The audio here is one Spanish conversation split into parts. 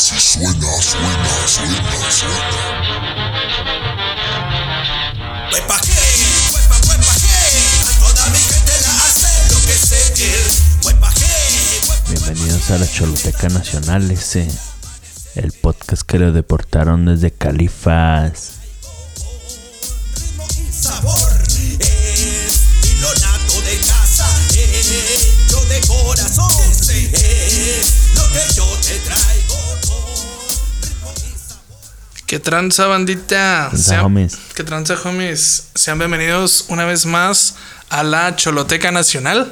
Así suena. Bienvenidos a la Choloteca Nacional, el podcast que lo deportaron desde Califas. Sabor es pilonato de casa, hecho de corazón, es lo que yo te traigo con ritmo y sabor. ¿Qué tranza, bandita? ¿Qué tranza, homies? Sean bienvenidos una vez más a la Choloteca Nacional.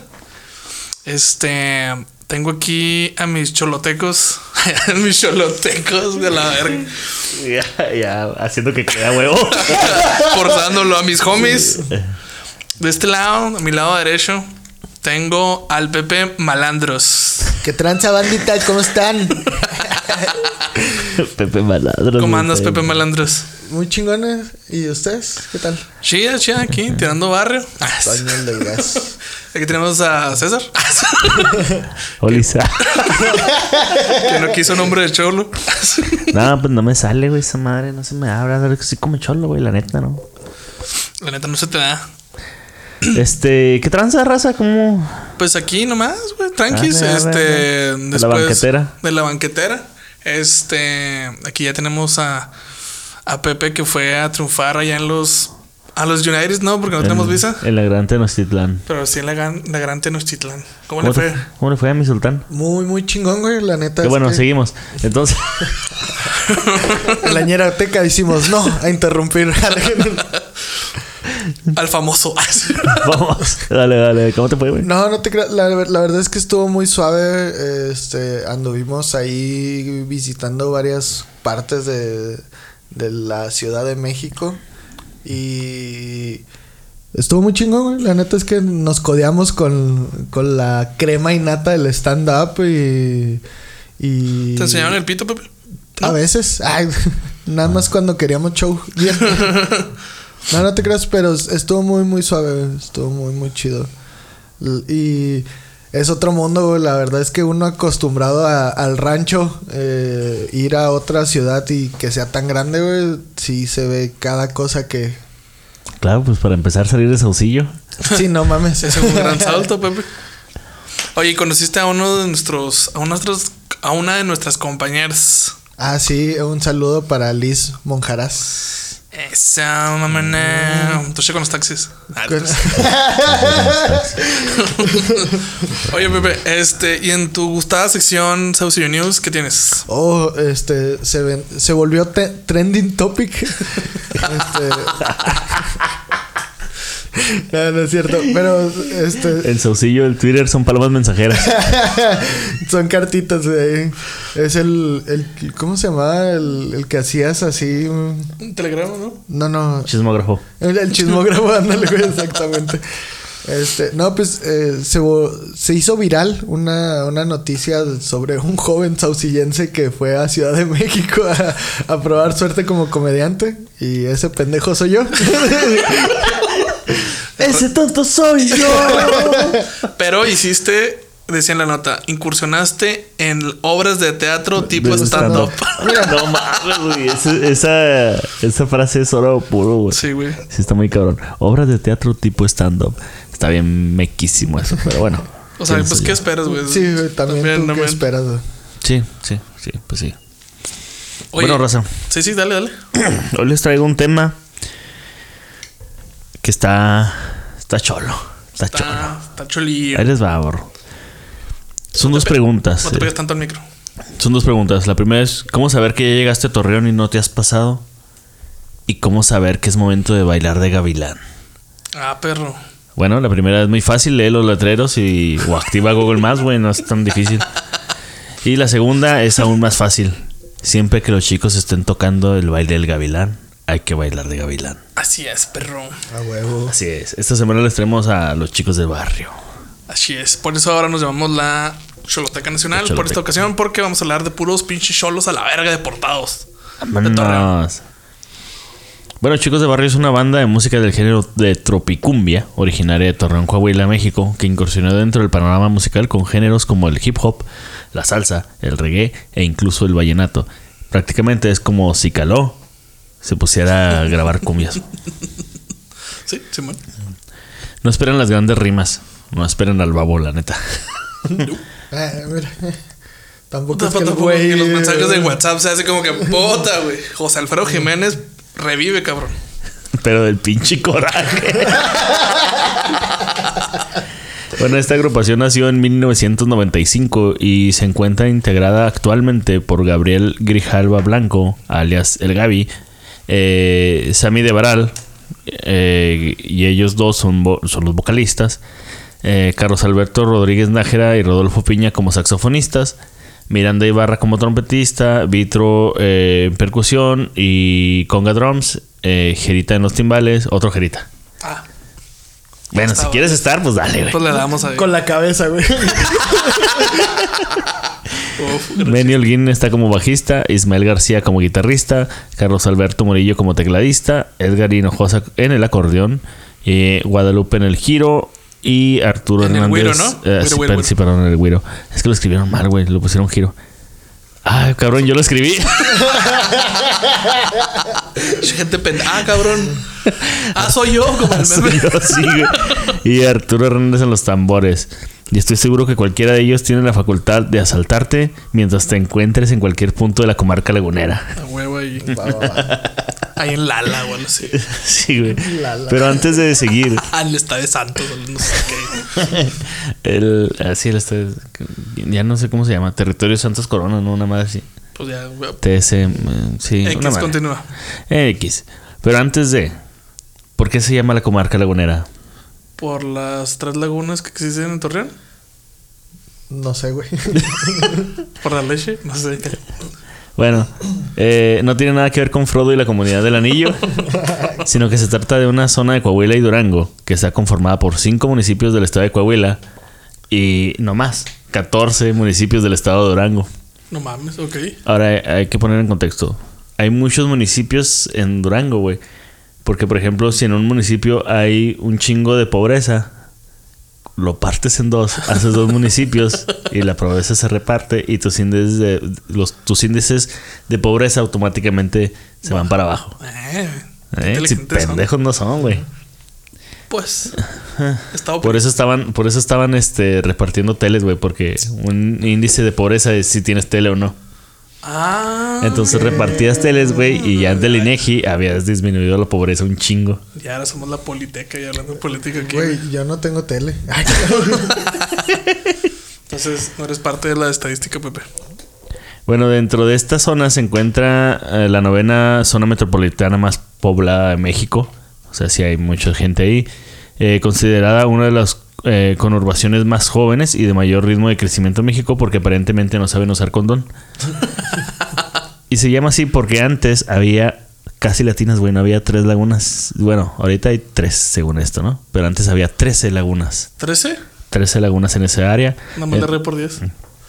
Tengo aquí a mis cholotecos. Mis cholotecos de la verga. Ya, haciendo que queda huevo. Forzándolo a mis homies. De este lado, a mi lado derecho, tengo al Pepe Malandros. ¿Qué tranza, bandita? ¿Cómo están? Pepe Malandros. ¿Cómo andas, Pepe Malandros? Muy chingones. ¿Y ustedes? ¿Qué tal? Chida, aquí, tirando barrio. Pañal de gas. Aquí tenemos a César. Olisa. Que no quiso nombre de cholo. No, pues no me sale, güey, esa madre. No se me abre. Sí como cholo, güey, la neta, ¿no? La neta no se te da. ¿Qué tranza, raza? ¿Cómo? Pues aquí nomás, güey, tranquis. Después de la banquetera. De la banquetera. Aquí ya tenemos a Pepe, que fue a triunfar allá a los United, ¿no? Porque no tenemos visa. En la Gran Tenochtitlán. Pero sí en la Gran Tenochtitlán. ¿Cómo le fue? ¿Cómo le fue a mi sultán? Muy, muy chingón, güey. La neta. Que bueno, seguimos. Entonces. En la ñerateca decimos no a interrumpir. Al famoso. Vamos. Dale. ¿Cómo te fue, güey? No te creas. La verdad es que estuvo muy suave. Anduvimos ahí visitando varias partes de la Ciudad de México. Y estuvo muy chingón, güey. La neta es que nos codeamos con la crema innata del stand-up y... ¿Te enseñaron el pito, Pepe? ¿No? A veces. Ay, nada más cuando queríamos show. Bien. No te creas, pero estuvo muy, muy suave. Estuvo muy, muy chido. Y es otro mundo, güey. La verdad es que uno acostumbrado al rancho, ir a otra ciudad y que sea tan grande, güey, sí se ve cada cosa que... Claro, pues para empezar a salir de Saucillo. Sí, no mames. Es un gran salto, Pepe. Oye, ¿conociste a una de nuestras compañeras? Ah, sí, un saludo para Liz Monjaraz. Esa mamá. Tú con los taxis. Oye, Pepe, y en tu gustada sección Saucillo News, ¿qué tienes? Oh, se volvió trending topic. No es cierto, pero En Saucillo, el Twitter son palomas mensajeras. Son cartitas, güey. Es el ¿cómo se llamaba? El que hacías así. Un telegrama, ¿no? No. Chismógrafo. El chismógrafo, ándale, güey, exactamente. No, pues se hizo viral una noticia sobre un joven saucillense que fue a Ciudad de México a probar suerte como comediante. Y ese pendejo soy yo. ¡Ese tonto soy yo! Pero hiciste, decía en la nota, incursionaste en obras de teatro tipo stand-up. No mames, güey. Esa frase es oro puro, güey. Sí, güey. Sí, está muy cabrón. Obras de teatro tipo stand-up. Está bien mequísimo eso, pero bueno. O sea, pues, ¿qué esperas, güey? Sí, güey, también ¿tú qué esperas, güey? Sí, pues sí. Oye, bueno, raza. Sí, dale. Hoy les traigo un tema que está cholo. Está cholillo. Ahí les va, borro. Son dos preguntas. No te pegues tanto al micro. Son dos preguntas. La primera es, ¿cómo saber que ya llegaste a Torreón y no te has pasado? Y ¿cómo saber que es momento de bailar de gavilán? Ah, perro. Bueno, la primera es muy fácil. Lee los letreros o activa Google Maps, güey. No es tan difícil. Y la segunda es aún más fácil. Siempre que los chicos estén tocando el baile del gavilán, hay que bailar de gavilán. Así es, perro. A huevo. Así es. Esta semana les traemos a los chicos del barrio. Así es. Por eso ahora nos llamamos la Choloteca Nacional. Choloteca. Por esta ocasión, porque vamos a hablar de puros pinches cholos a la verga deportados. Vámonos. Bueno, Chicos de Barrio es una banda de música del género de tropicumbia, originaria de Torreón, Coahuila, México, que incursionó dentro del panorama musical con géneros como el hip hop, la salsa, el reggae e incluso el vallenato. Prácticamente es como si Caló se pusiera a grabar cumbias. Sí, Simón. No esperan las grandes rimas, no esperan al babo, la neta. Mira. Tampoco Puta, es que el tampoco güey... que los mensajes de WhatsApp se hace como que puta, güey. José Alfredo Jiménez revive, cabrón. Pero del pinche coraje. Bueno, esta agrupación nació en 1995 y se encuentra integrada actualmente por Gabriel Grijalva Blanco, alias El Gaby, Sammy de Baral, y ellos dos son los vocalistas, Carlos Alberto Rodríguez Nájera y Rodolfo Piña como saxofonistas, Miranda Ibarra como trompetista, Vitro en percusión y conga drums, Jerita en los timbales, otro Jerita. Ah, Bueno, está si quieres estar, pues dale, güey. pues le damos ahí. Con la cabeza, güey. Benny Holguín está como bajista, Ismael García como guitarrista, Carlos Alberto Murillo como tecladista, Edgar Hinojosa en el acordeón, Guadalupe en el giro y Arturo En el Hernández. güiro, ¿no? Sí, Güiro. sí, perdón, en el güiro. Es que lo escribieron mal, güey, lo pusieron giro. Ay, cabrón, yo lo escribí. Gente pendeja. Ah, cabrón. Ah, soy yo, como el Soy meme. yo, sí, güey. Y Arturo Hernández en los tambores. Y estoy seguro que cualquiera de ellos tiene la facultad de asaltarte mientras te encuentres en cualquier punto de la comarca lagunera. A huevo ahí. Va. Ahí en Lala, güey, no sé. Sí, güey. Lala. Pero antes de seguir, Ah, el Estadio de Santos, no sé qué. el estadio, ya no sé cómo se llama, Territorio Santos Corona, ¿no? Una madre así. Pues ya, güey. TS, sí, X, una madre. continúa. X. Pero antes de, ¿por qué se llama la comarca lagunera? Por las 3 lagunas que existen en Torreón. No sé, güey. Por la leche, no sé. Bueno, no tiene nada que ver con Frodo y la comunidad del Anillo, sino que se trata de una zona de Coahuila y Durango que está conformada por 5 municipios del estado de Coahuila y no más, 14 municipios del estado de Durango. No mames, ok. Ahora hay que poner en contexto. Hay muchos municipios en Durango, güey. Porque, por ejemplo, si en un municipio hay un chingo de pobreza, lo partes en dos, haces 2 municipios y la pobreza se reparte y tus índices de pobreza automáticamente se van para abajo. Si Inteligentes son. pendejos no son, güey. Pues. Está ok. Por eso estaban repartiendo teles, güey, porque un índice de pobreza es si tienes tele o no. Ah. Entonces repartías teles, güey, y ya del INEGI habías disminuido la pobreza un chingo. Ya ahora somos la Politeca y hablando de política aquí. Güey, yo no tengo tele. Ay, Entonces, no eres parte de la estadística, Pepe. Bueno, dentro de esta zona se encuentra la 9ª zona metropolitana más poblada de México. O sea, sí hay mucha gente ahí. Considerada una de las conurbaciones más jóvenes y de mayor ritmo de crecimiento en México porque aparentemente no saben usar condón. Y se llama así porque antes había casi latinas, güey. No había 3 lagunas. Bueno, ahorita hay 3 según esto, ¿no? Pero antes había 13 lagunas. ¿13? 13 lagunas en esa área. Nada más le re por 10.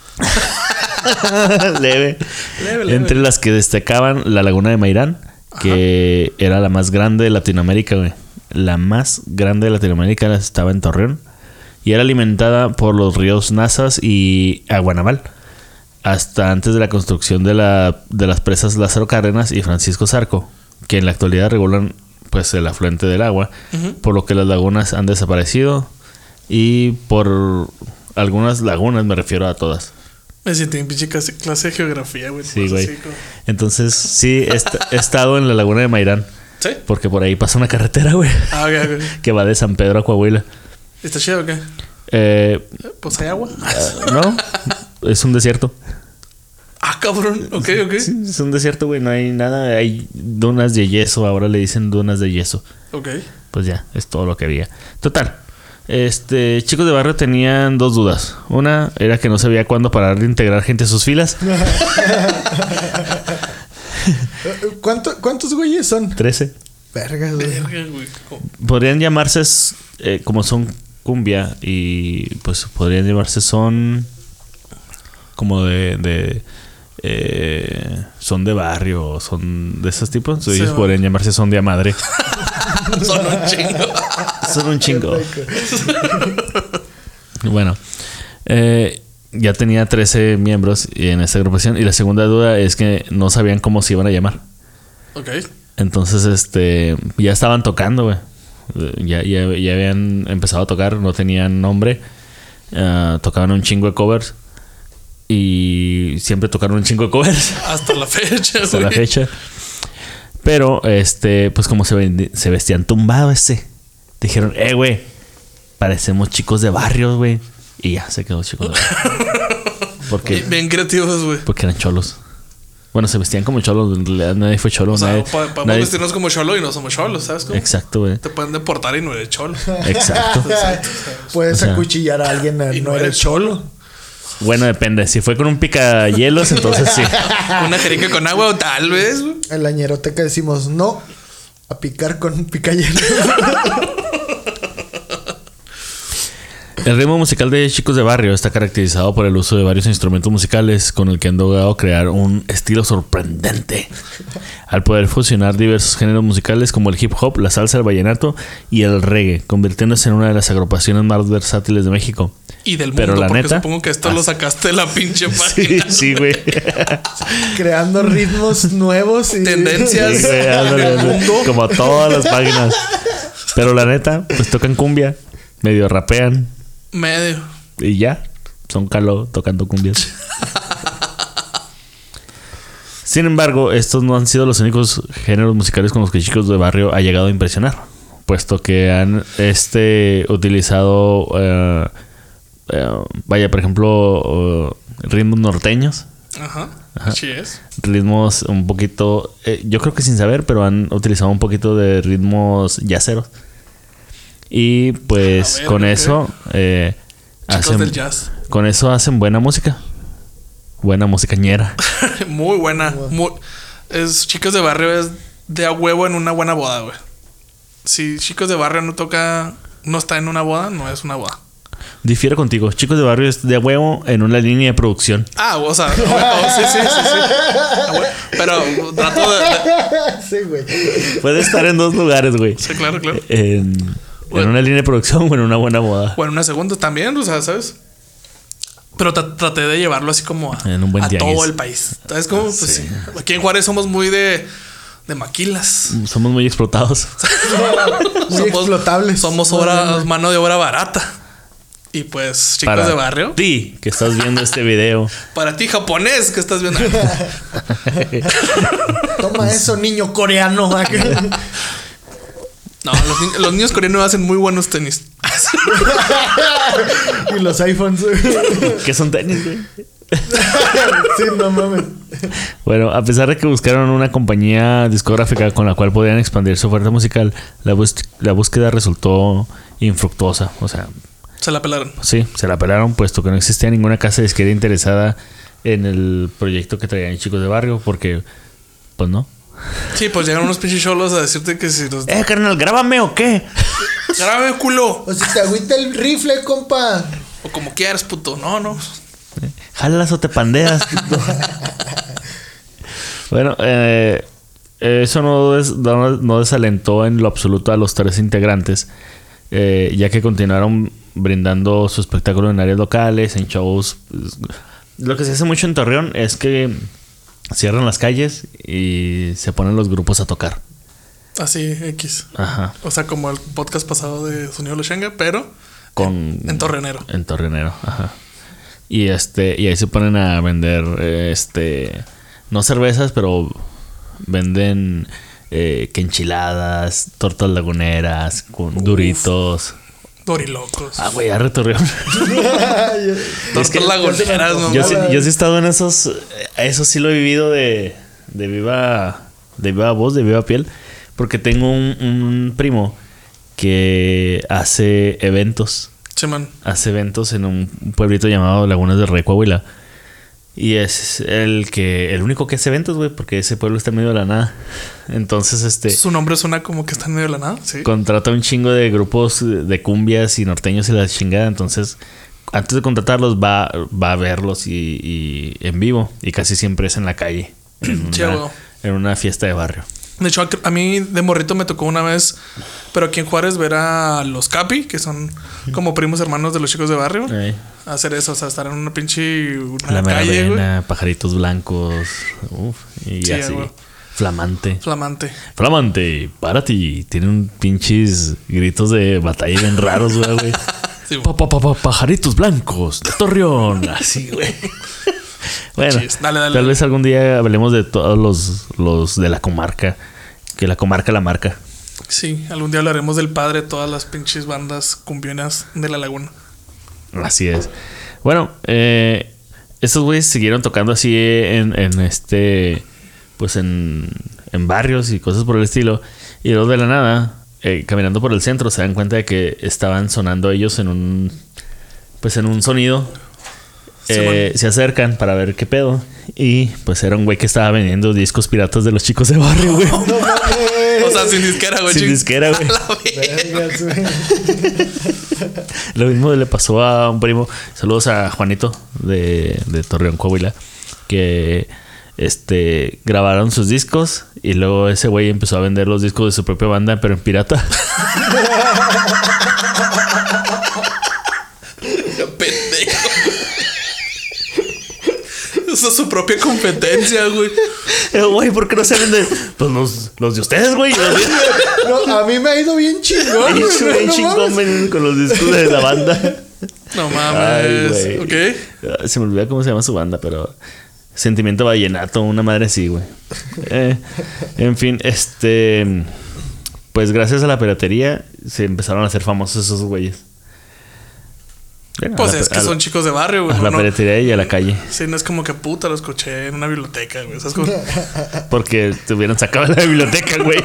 Leve. Leve. Entre las que destacaban la laguna de Mairán, que era la más grande de Latinoamérica, güey. La más grande de Latinoamérica estaba en Torreón. Y era alimentada por los ríos Nazas y Aguanamal. Hasta antes de la construcción de las presas Lázaro Cárdenas y Francisco Zarco, que en la actualidad regulan pues el afluente del agua, por lo que las lagunas han desaparecido. Y por algunas lagunas, me refiero a todas. Me sentí en pinche clase de geografía, güey. Sí, Pues güey. así como- Entonces, sí, he estado en la laguna de Mairán. ¿Sí? Porque por ahí pasa una carretera, güey, Ah, ok. que va de San Pedro a Coahuila. ¿Está chido o qué? Pues hay agua. No, es un desierto. Ah, cabrón. Ok. Sí, es un desierto, güey, no hay nada. Hay dunas de yeso, ahora le dicen dunas de yeso. Ok. Pues ya, es todo lo que había. Total. Chicos de barrio tenían 2 dudas. Una era que no sabía cuándo parar de integrar gente a sus filas. ¿Cuántos güeyes son? 13. Vergas, güey. Verga, güey. Podrían llamarse, como son cumbia, y pues podrían llamarse son como de son de barrio, son de esos tipos. Sí, Ellos podrían llamarse son de a madre. Son un chingo. Son un chingo. Bueno, ya tenía 13 miembros en esta agrupación. Y la segunda duda es que no sabían cómo se iban a llamar. Ok. Entonces, ya estaban tocando, güey. Ya habían empezado a tocar, no tenían nombre. Tocaban un chingo de covers. Y siempre tocaron un chingo de covers. Hasta la fecha, Hasta la fecha. Pero, pues como se vestían tumbados, dijeron, güey, parecemos chicos de barrios, güey. Y ya se quedó chicos de barrio. Porque, bien creativos, güey. porque eran cholos. Bueno, se vestían como cholos. En realidad nadie fue cholo. O sea, nadie, podemos vestirnos como cholo y no somos cholos, ¿sabes cómo? Exacto, güey. Te pueden deportar y no eres cholo. Exacto. Puedes O sea, acuchillar a alguien, y no eres cholo. Bueno, depende. Si fue con un picahielos, entonces sí. Una jeringa con agua o tal vez, güey. En la ñeroteca decimos no a picar con picayelo. El ritmo musical de Chicos de Barrio está caracterizado por el uso de varios instrumentos musicales con el que han logrado crear un estilo sorprendente. Al poder fusionar diversos géneros musicales como el hip hop, la salsa, el vallenato y el reggae, convirtiéndose en una de las agrupaciones más versátiles de México. Y del Pero mundo, la porque neta, supongo que esto lo sacaste de la pinche Sí, página. sí, güey. Creando ritmos nuevos y Tendencias. Sí, güey, ándale, ándale. Como todas las páginas. Pero la neta, pues tocan cumbia, medio rapean Medio. y ya. Son Calo tocando cumbias. Sin embargo, estos no han sido los únicos géneros musicales con los que Chicos de Barrio ha llegado a impresionar, puesto que han utilizado por ejemplo, ritmos norteños. Ajá. Ajá. Así es. Ritmos un poquito, yo creo que sin saber, pero han utilizado un poquito de ritmos yaceros. Y pues A ver, con ¿qué? eso Chicos del jazz. con eso hacen buena música. Buena musicañera. Muy buena. Chicos de Barrio es de a huevo en una buena boda, güey. Si Chicos de Barrio no está en una boda, no es una boda. Difiero contigo. Chicos de Barrio es de huevo en una línea de producción. Ah, o sea, sí. Ah, güey. Pero trato de. Sí, güey. Puede estar en dos lugares, güey. Sí, claro. En Bueno. una línea de producción o en una buena boda. Bueno, una segunda también, o sea, ¿sabes? Pero traté de llevarlo así como En un buen a tianguis. todo el país. ¿Sabes cómo? Pues sí. Aquí en Juárez somos muy de maquilas. Somos muy explotados. Muy explotables. Somos mano de obra barata. Y pues, Chicos Para de Barrio. ti que estás viendo este video. Para ti, japonés, que estás viendo. Toma eso, niño coreano. No, los niños coreanos hacen muy buenos tenis. Y los iPhones. ¿Qué son tenis, güey? Sí, no mames. Bueno, a pesar de que buscaron una compañía discográfica con la cual podían expandir su oferta musical, la búsqueda resultó infructuosa. O sea, Se la pelaron. sí, se la pelaron, puesto que no existía ninguna casa disquera interesada en el proyecto que traían Chicos de Barrio, porque, pues no. Sí, pues llegaron unos pinches cholos a decirte que si los. Carnal, grábame o qué. Grábame, culo. O si te agüita el rifle, compa. O como quieras, puto. No. Jalas o te pandeas. Bueno, eso no desalentó en lo absoluto a los tres integrantes, ya que continuaron brindando su espectáculo en áreas locales, en shows. Lo que se hace mucho en Torreón es que cierran las calles y se ponen los grupos a tocar. Así, X. Ajá. O sea, como el podcast pasado de Sonido Loshenga, pero en Torreonero. En Torreonero, ajá. Y ahí se ponen a vender no cervezas, pero venden que enchiladas, tortas laguneras, con duritos. Dorilocos. Ah, güey, arre Torreón. Tortas laguneras, no. Yo sí he estado en esos. Eso sí lo he vivido de viva voz, de viva piel. Porque tengo un primo que hace eventos. Sí, man. Hace eventos en un pueblito llamado Lagunas del Rey, Coahuila. Y es el único que hace eventos, güey, porque ese pueblo está en medio de la nada. Entonces, Su nombre suena como que está en medio de la nada, sí. contrata un chingo de grupos de cumbias y norteños y la chingada. Entonces, antes de contratarlos va a verlos y en vivo. Y casi siempre es en la calle. En una fiesta de barrio. De hecho, a mí de morrito me tocó una vez, pero aquí en Juárez, ver a los Capi, que son como primos hermanos de los chicos de barrio, hacer eso, o sea, estar en una pinche La calle, Meravena, Pajaritos Blancos, y Sí, así. güey. Flamante. Flamante. Para ti. Tiene un pinches gritos de batalla bien raros, güey. Sí, güey. Pajaritos Blancos de Torreón. Así, güey. Bueno, Dale. tal vez algún día hablemos de todos los de la comarca. Que la comarca la marca. Sí, algún día hablaremos del padre de todas las pinches bandas cumbionas de la laguna. Así es. Bueno, estos güeyes siguieron tocando así pues en barrios y cosas por el estilo. Y luego de la nada, caminando por el centro, se dan cuenta de que estaban sonando ellos en un sonido. Se acercan para ver qué pedo. Y pues era un güey que estaba vendiendo discos piratas de los chicos de barrio, güey. O sea, sin disquera, güey. Sin disquera, güey. Lo mismo le pasó a un primo. Saludos a Juanito de Torreón, Coahuila. Que grabaron sus discos. Y luego ese güey empezó a vender los discos de su propia banda, pero en pirata. Pendejo. Esa es su propia competencia, güey. Güey, ¿por qué no se venden? Pues los de ustedes, güey. No, a mí me ha ido bien chingón. Bien chingón vendiendo con los discos de la banda. No mames. Ok. Se me olvida cómo se llama su banda, pero Sentimiento Vallenato, una madre así, güey. En fin, pues gracias a la piratería se empezaron a hacer famosos esos güeyes. Pues es que son chicos de barrio, güey. A la piratería y a la calle. Sí, no es como que puta, lo escuché en una biblioteca, güey. ¿Sabes cómo? Porque te hubieran sacado de la biblioteca, güey.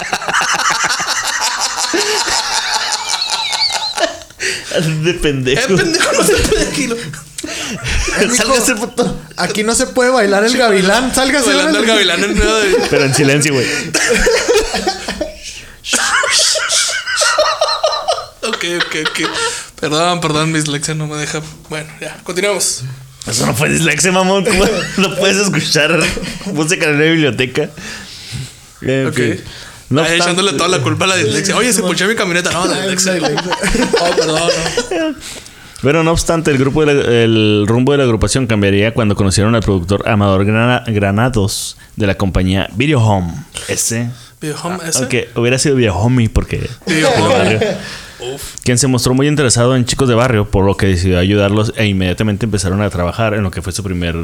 De pendejo. Pendejo, no se puede aquí. Sálgase, puto. Aquí no se puede bailar el gavilán. Sálgase. Bailando el gavilán en medio de... Pero en silencio, güey. Ok. Perdón, mi dislexia no me deja. Bueno, ya, continuamos. Eso no fue dislexia, mamón. ¿Cómo no puedes escuchar música en la biblioteca? En fin. No echándole toda la culpa a la dislexia. Oye, se escuché mi camioneta. No, la dislexia. Oh, perdón. No. Pero no obstante, el rumbo de la agrupación cambiaría cuando conocieron al productor Amador Granados de la compañía Video Home. Video Home, aunque hubiera sido Video Homie porque... Video Home. Quien se mostró muy interesado en chicos de barrio, por lo que decidió ayudarlos e inmediatamente empezaron a trabajar en lo que fue su primer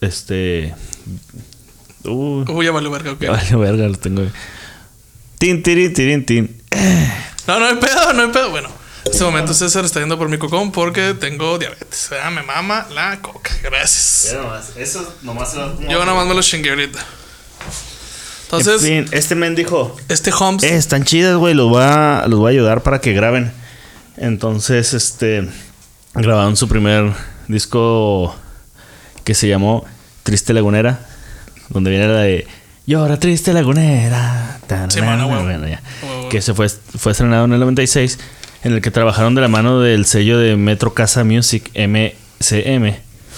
ya valió verga, ok. Ya valió verga, lo tengo. Tin. No hay pedo. Bueno, en este momento César está yendo por mi cocón porque tengo diabetes. Me mama la coca. Gracias. Eso nomás Yo nomás me lo chingué ahorita. Entonces, en fin, men dijo: Holmes están chidas, güey, los voy a ayudar para que graben. Entonces, grabaron su primer disco que se llamó Triste Lagunera, donde viene la de Llora Triste Lagunera. Bueno, ya. Que se fue estrenado en el 96, en el que trabajaron de la mano del sello de Metro Casa Music, MCM.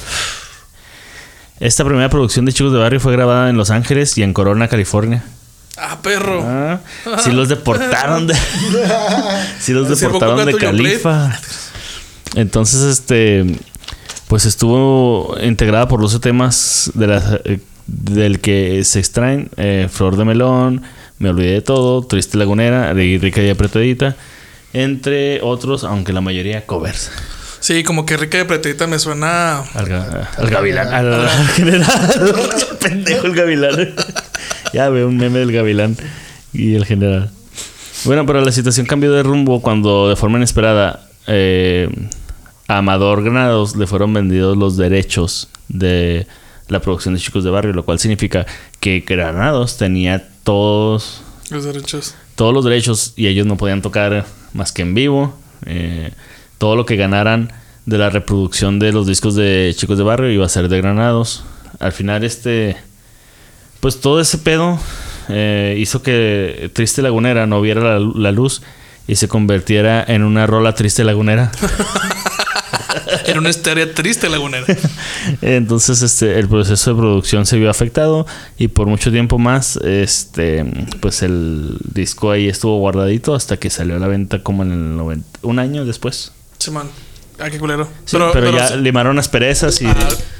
Esta primera producción de Chicos de Barrio fue grabada en Los Ángeles y en Corona, California. Ah, perro. Sí los deportaron de... sí los deportaron de Califa. Entonces, pues estuvo integrada por 12 temas del que se extraen Flor de Melón, Me Olvidé de Todo, Triste Lagunera, Rica y Apretadita, entre otros, aunque la mayoría covers. Sí, como que Rica y Apretadita me suena al gavilán, al general. Pendejo el gavilán. Ya veo un meme del gavilán y el general. Bueno, pero la situación cambió de rumbo cuando de forma inesperada a Amador Granados le fueron vendidos los derechos de la producción de Chicos de Barrio, lo cual significa que Granados tenía todos los derechos y ellos no podían tocar más que en vivo. Todo lo que ganaran de la reproducción de los discos de Chicos de Barrio iba a ser de Granados. Al final pues todo ese pedo hizo que Triste Lagunera no viera la luz y se convirtiera en una rola Triste Lagunera. Era una historia triste, Lagunera. Entonces, el proceso de producción se vio afectado y por mucho tiempo más, pues el disco ahí estuvo guardadito hasta que salió a la venta como en el 90, un año después. Sí, man. Ah, qué culero. Sí, pero ya limaron asperezas y...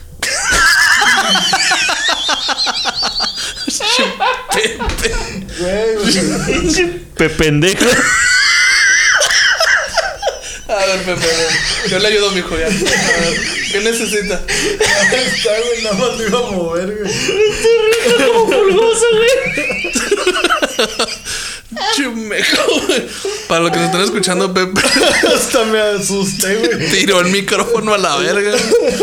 Pendejo. A ver, Pepe, yo le ayudo, mijo, ya. A ver, ¿qué necesita? Está, güey, nada más lo iba a mover, güey. Como pulgoso, güey. Chumeco, güey. Para los que nos están escuchando, Pepe Hasta me asusté, güey. tiró el micrófono a la verga.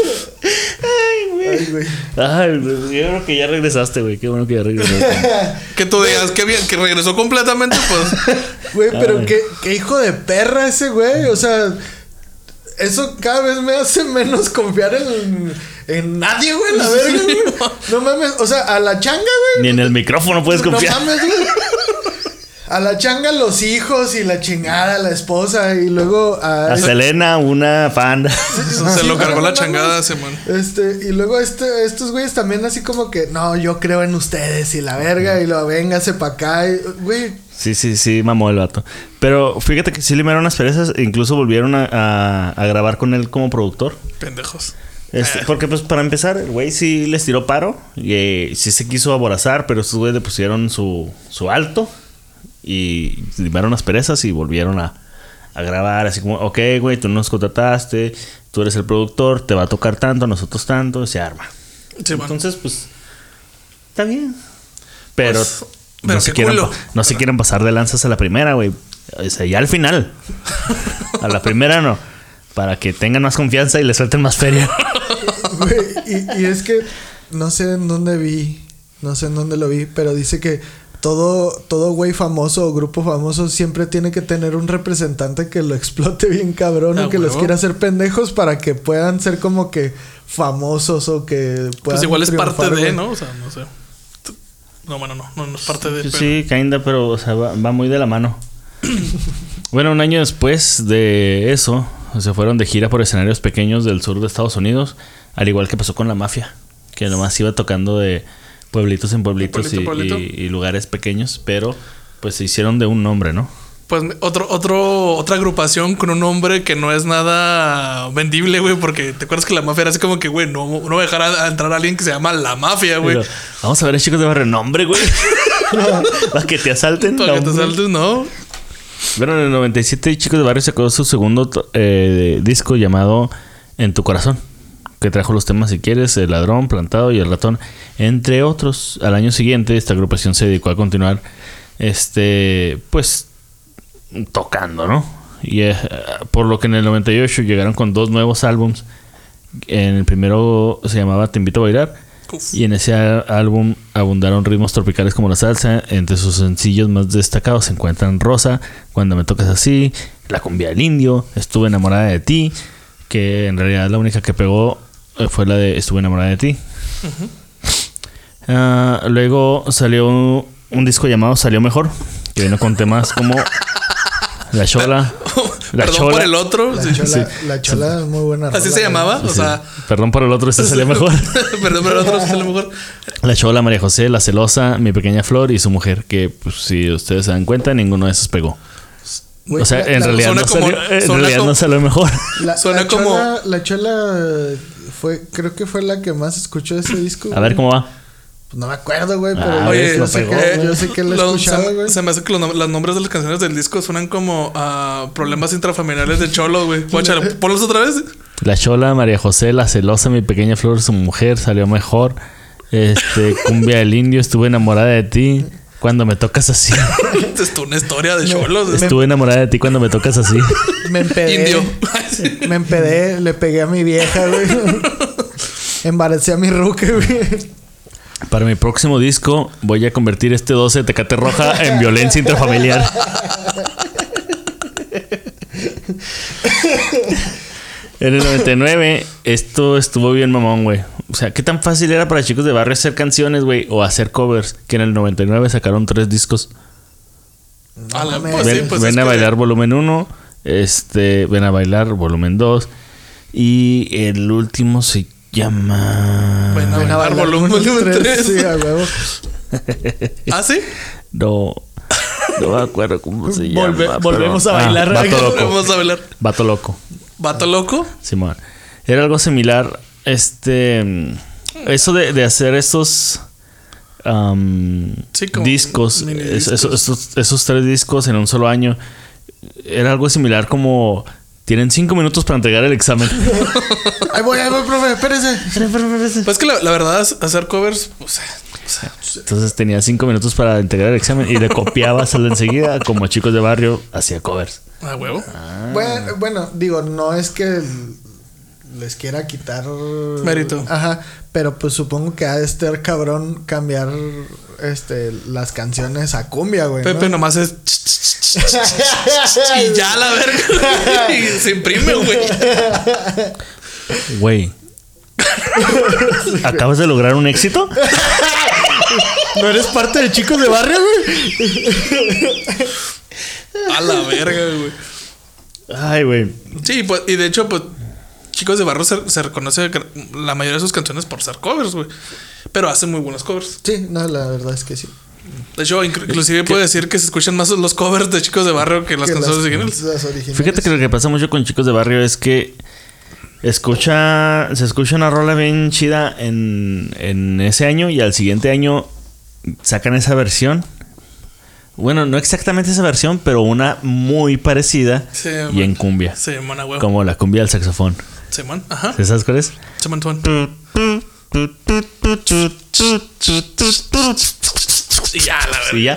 Ay, güey. Ay, yo creo que ya regresaste, güey. Qué bueno que ya regresaste. Que tú digas, qué bien, que regresó completamente, pues. Güey, pero qué hijo de perra ese güey. O sea, eso cada vez me hace menos confiar en nadie, güey. La verga, güey. No mames. O sea, a la changa, güey. Ni en el micrófono puedes confiar. No mames, güey. A la changa los hijos y la chingada, la esposa y luego a Selena, una panda. Se lo cargó la changada, man. Y luego estos güeyes también así como que no, yo creo en ustedes y la verga y lo véngase pa' acá, güey. Sí, mamó el vato. Pero fíjate que sí limaron unas perezas e incluso volvieron a grabar con él como productor. Pendejos. Porque pues para empezar, el güey sí les tiró paro y sí se quiso aborazar, pero estos güeyes le pusieron su alto. Y limaron las perezas y volvieron a grabar así como, ok, güey, tú nos contrataste, tú eres el productor, te va a tocar tanto, a nosotros tanto, se arma. Sí, entonces, pues, está bien. Pero no se quieren pasar de lanzas a la primera, güey. O sea, ya al final. A la primera no. Para que tengan más confianza y les suelten más feria. Güey, y es que no sé en dónde lo vi, pero dice que todo güey famoso o grupo famoso siempre tiene que tener un representante que lo explote bien cabrón o que los quiera hacer pendejos para que puedan ser como que famosos o que puedan pues igual es parte de, güey. ¿no? O sea, no sé. No, bueno, no es parte de... Sí, kinda, pero o sea, va muy de la mano. Bueno, un año después de eso, se fueron de gira por escenarios pequeños del sur de Estados Unidos, al igual que pasó con La Mafia, que nomás iba tocando de pueblitos en pueblitos y lugares pequeños, pero pues se hicieron de un nombre, ¿no? Pues otra agrupación con un nombre que no es nada vendible, güey, porque te acuerdas que La Mafia era así como que, güey, no voy a dejar a entrar a alguien que se llama La Mafia, güey. Vamos a ver, chicos de barrio, nombre, güey. Para que te asalten. Para que te asalten, no. Bueno, en el 97 Chicos de Barrio sacó su segundo disco llamado En tu Corazón, que trajo los temas Si Quieres, El Ladrón, Plantado y El Ratón, entre otros. Al año siguiente esta agrupación se dedicó a continuar pues tocando, ¿no? Y por lo que en el 98 llegaron con 2 nuevos álbums. En el primero se llamaba Te Invito a Bailar. Uf. Y en ese álbum abundaron ritmos tropicales como la salsa. Entre sus sencillos más destacados se encuentran Rosa, Cuando me tocas así, La cumbia del indio, Estuve enamorada de ti, que en realidad la única que pegó fue la de Estuve enamorada de ti. Uh-huh. Luego salió un disco llamado Salió Mejor, que vino con temas como La Chola. Perdón por el otro. La Chola es muy buena. ¿Así se llamaba? Sí. O sea... Perdón por el otro, Salió Mejor. Perdón por el otro, Salió Mejor. La Chola, María José, La Celosa, Mi Pequeña Flor y Su Mujer, que pues, si ustedes se dan cuenta, ninguno de esos pegó. Wey, o sea, en realidad no salió mejor. Suena como... La Chola creo que fue la que más escuchó ese disco. A ver cómo va. Pues no me acuerdo, güey, pero oye, yo sé que lo he escuchado, güey. Se me hace que los nombres de las canciones del disco suenan como problemas intrafamiliares de Cholo, güey. Ponlos otra vez. La Chola, María José, La Celosa, Mi Pequeña Flor, Su Mujer, Salió Mejor. Cumbia del Indio, Estuve enamorada de ti, Cuando me tocas así. Es una historia de cholos. Estuve enamorada de ti cuando me tocas así. Me empedé. Indio. Me empedé, le pegué a mi vieja, güey. Embaracé a mi ruque, güey. Para mi próximo disco voy a convertir 12 Tecate Roja en violencia intrafamiliar. En el 99 esto estuvo bien mamón, güey. O sea, ¿qué tan fácil era para Chicos de Barrio hacer canciones, güey? O hacer covers. Que en el 99 sacaron 3 discos. No, Ven a Bailar volumen 1. Ven a Bailar volumen 2. Y el último se llama... Ven a Ven a bailar, bailar, volumen 3. Sí, a huevo. ¿Ah, sí? No me acuerdo cómo se llama. Volvemos pero- a bailar. Vato loco. Vamos a bailar. Vato loco. ¿Vato loco? Simón. Era algo similar. Eso de hacer estos Sí, como discos, mini discos. esos 3 discos en un solo año, era algo similar como tienen 5 minutos para entregar el examen. Ahí voy, profe, espérese. Pues que la verdad, hacer covers, pues, Entonces tenía 5 minutos para entregar el examen y le copiaba solo enseguida, como Chicos de Barrio hacía covers. a huevo. Bueno, digo, no es que les quiera quitar Mérito. Ajá, pero pues supongo que ha de estar cabrón cambiar las canciones a cumbia, güey. Pepe ¿no? nomás es... y ya la verga. Y se imprime, güey. Güey. ¿Acabas de lograr un éxito? ¿No eres parte de Chicos de Barrio, güey? A la verga, güey. Ay, güey. Sí, pues, y de hecho, pues, Chicos de Barrio se reconoce la mayoría de sus canciones por ser covers, güey. Pero hacen muy buenos covers. Sí, no, la verdad es que sí. De hecho, inclusive puedo decir que se escuchan más los covers de Chicos de Barrio que las canciones originales. Las originales. Fíjate que lo que pasa mucho con Chicos de Barrio es que se escucha una rola bien chida en ese año y al siguiente año sacan esa versión. Bueno, no exactamente esa versión, pero una muy parecida Sí, y en cumbia. Sí, mona, güey. Como la cumbia del saxofón. Simón, ajá. ¿Sí sabes cuál es? Simón. Y ya, la verdad. Sí, ya.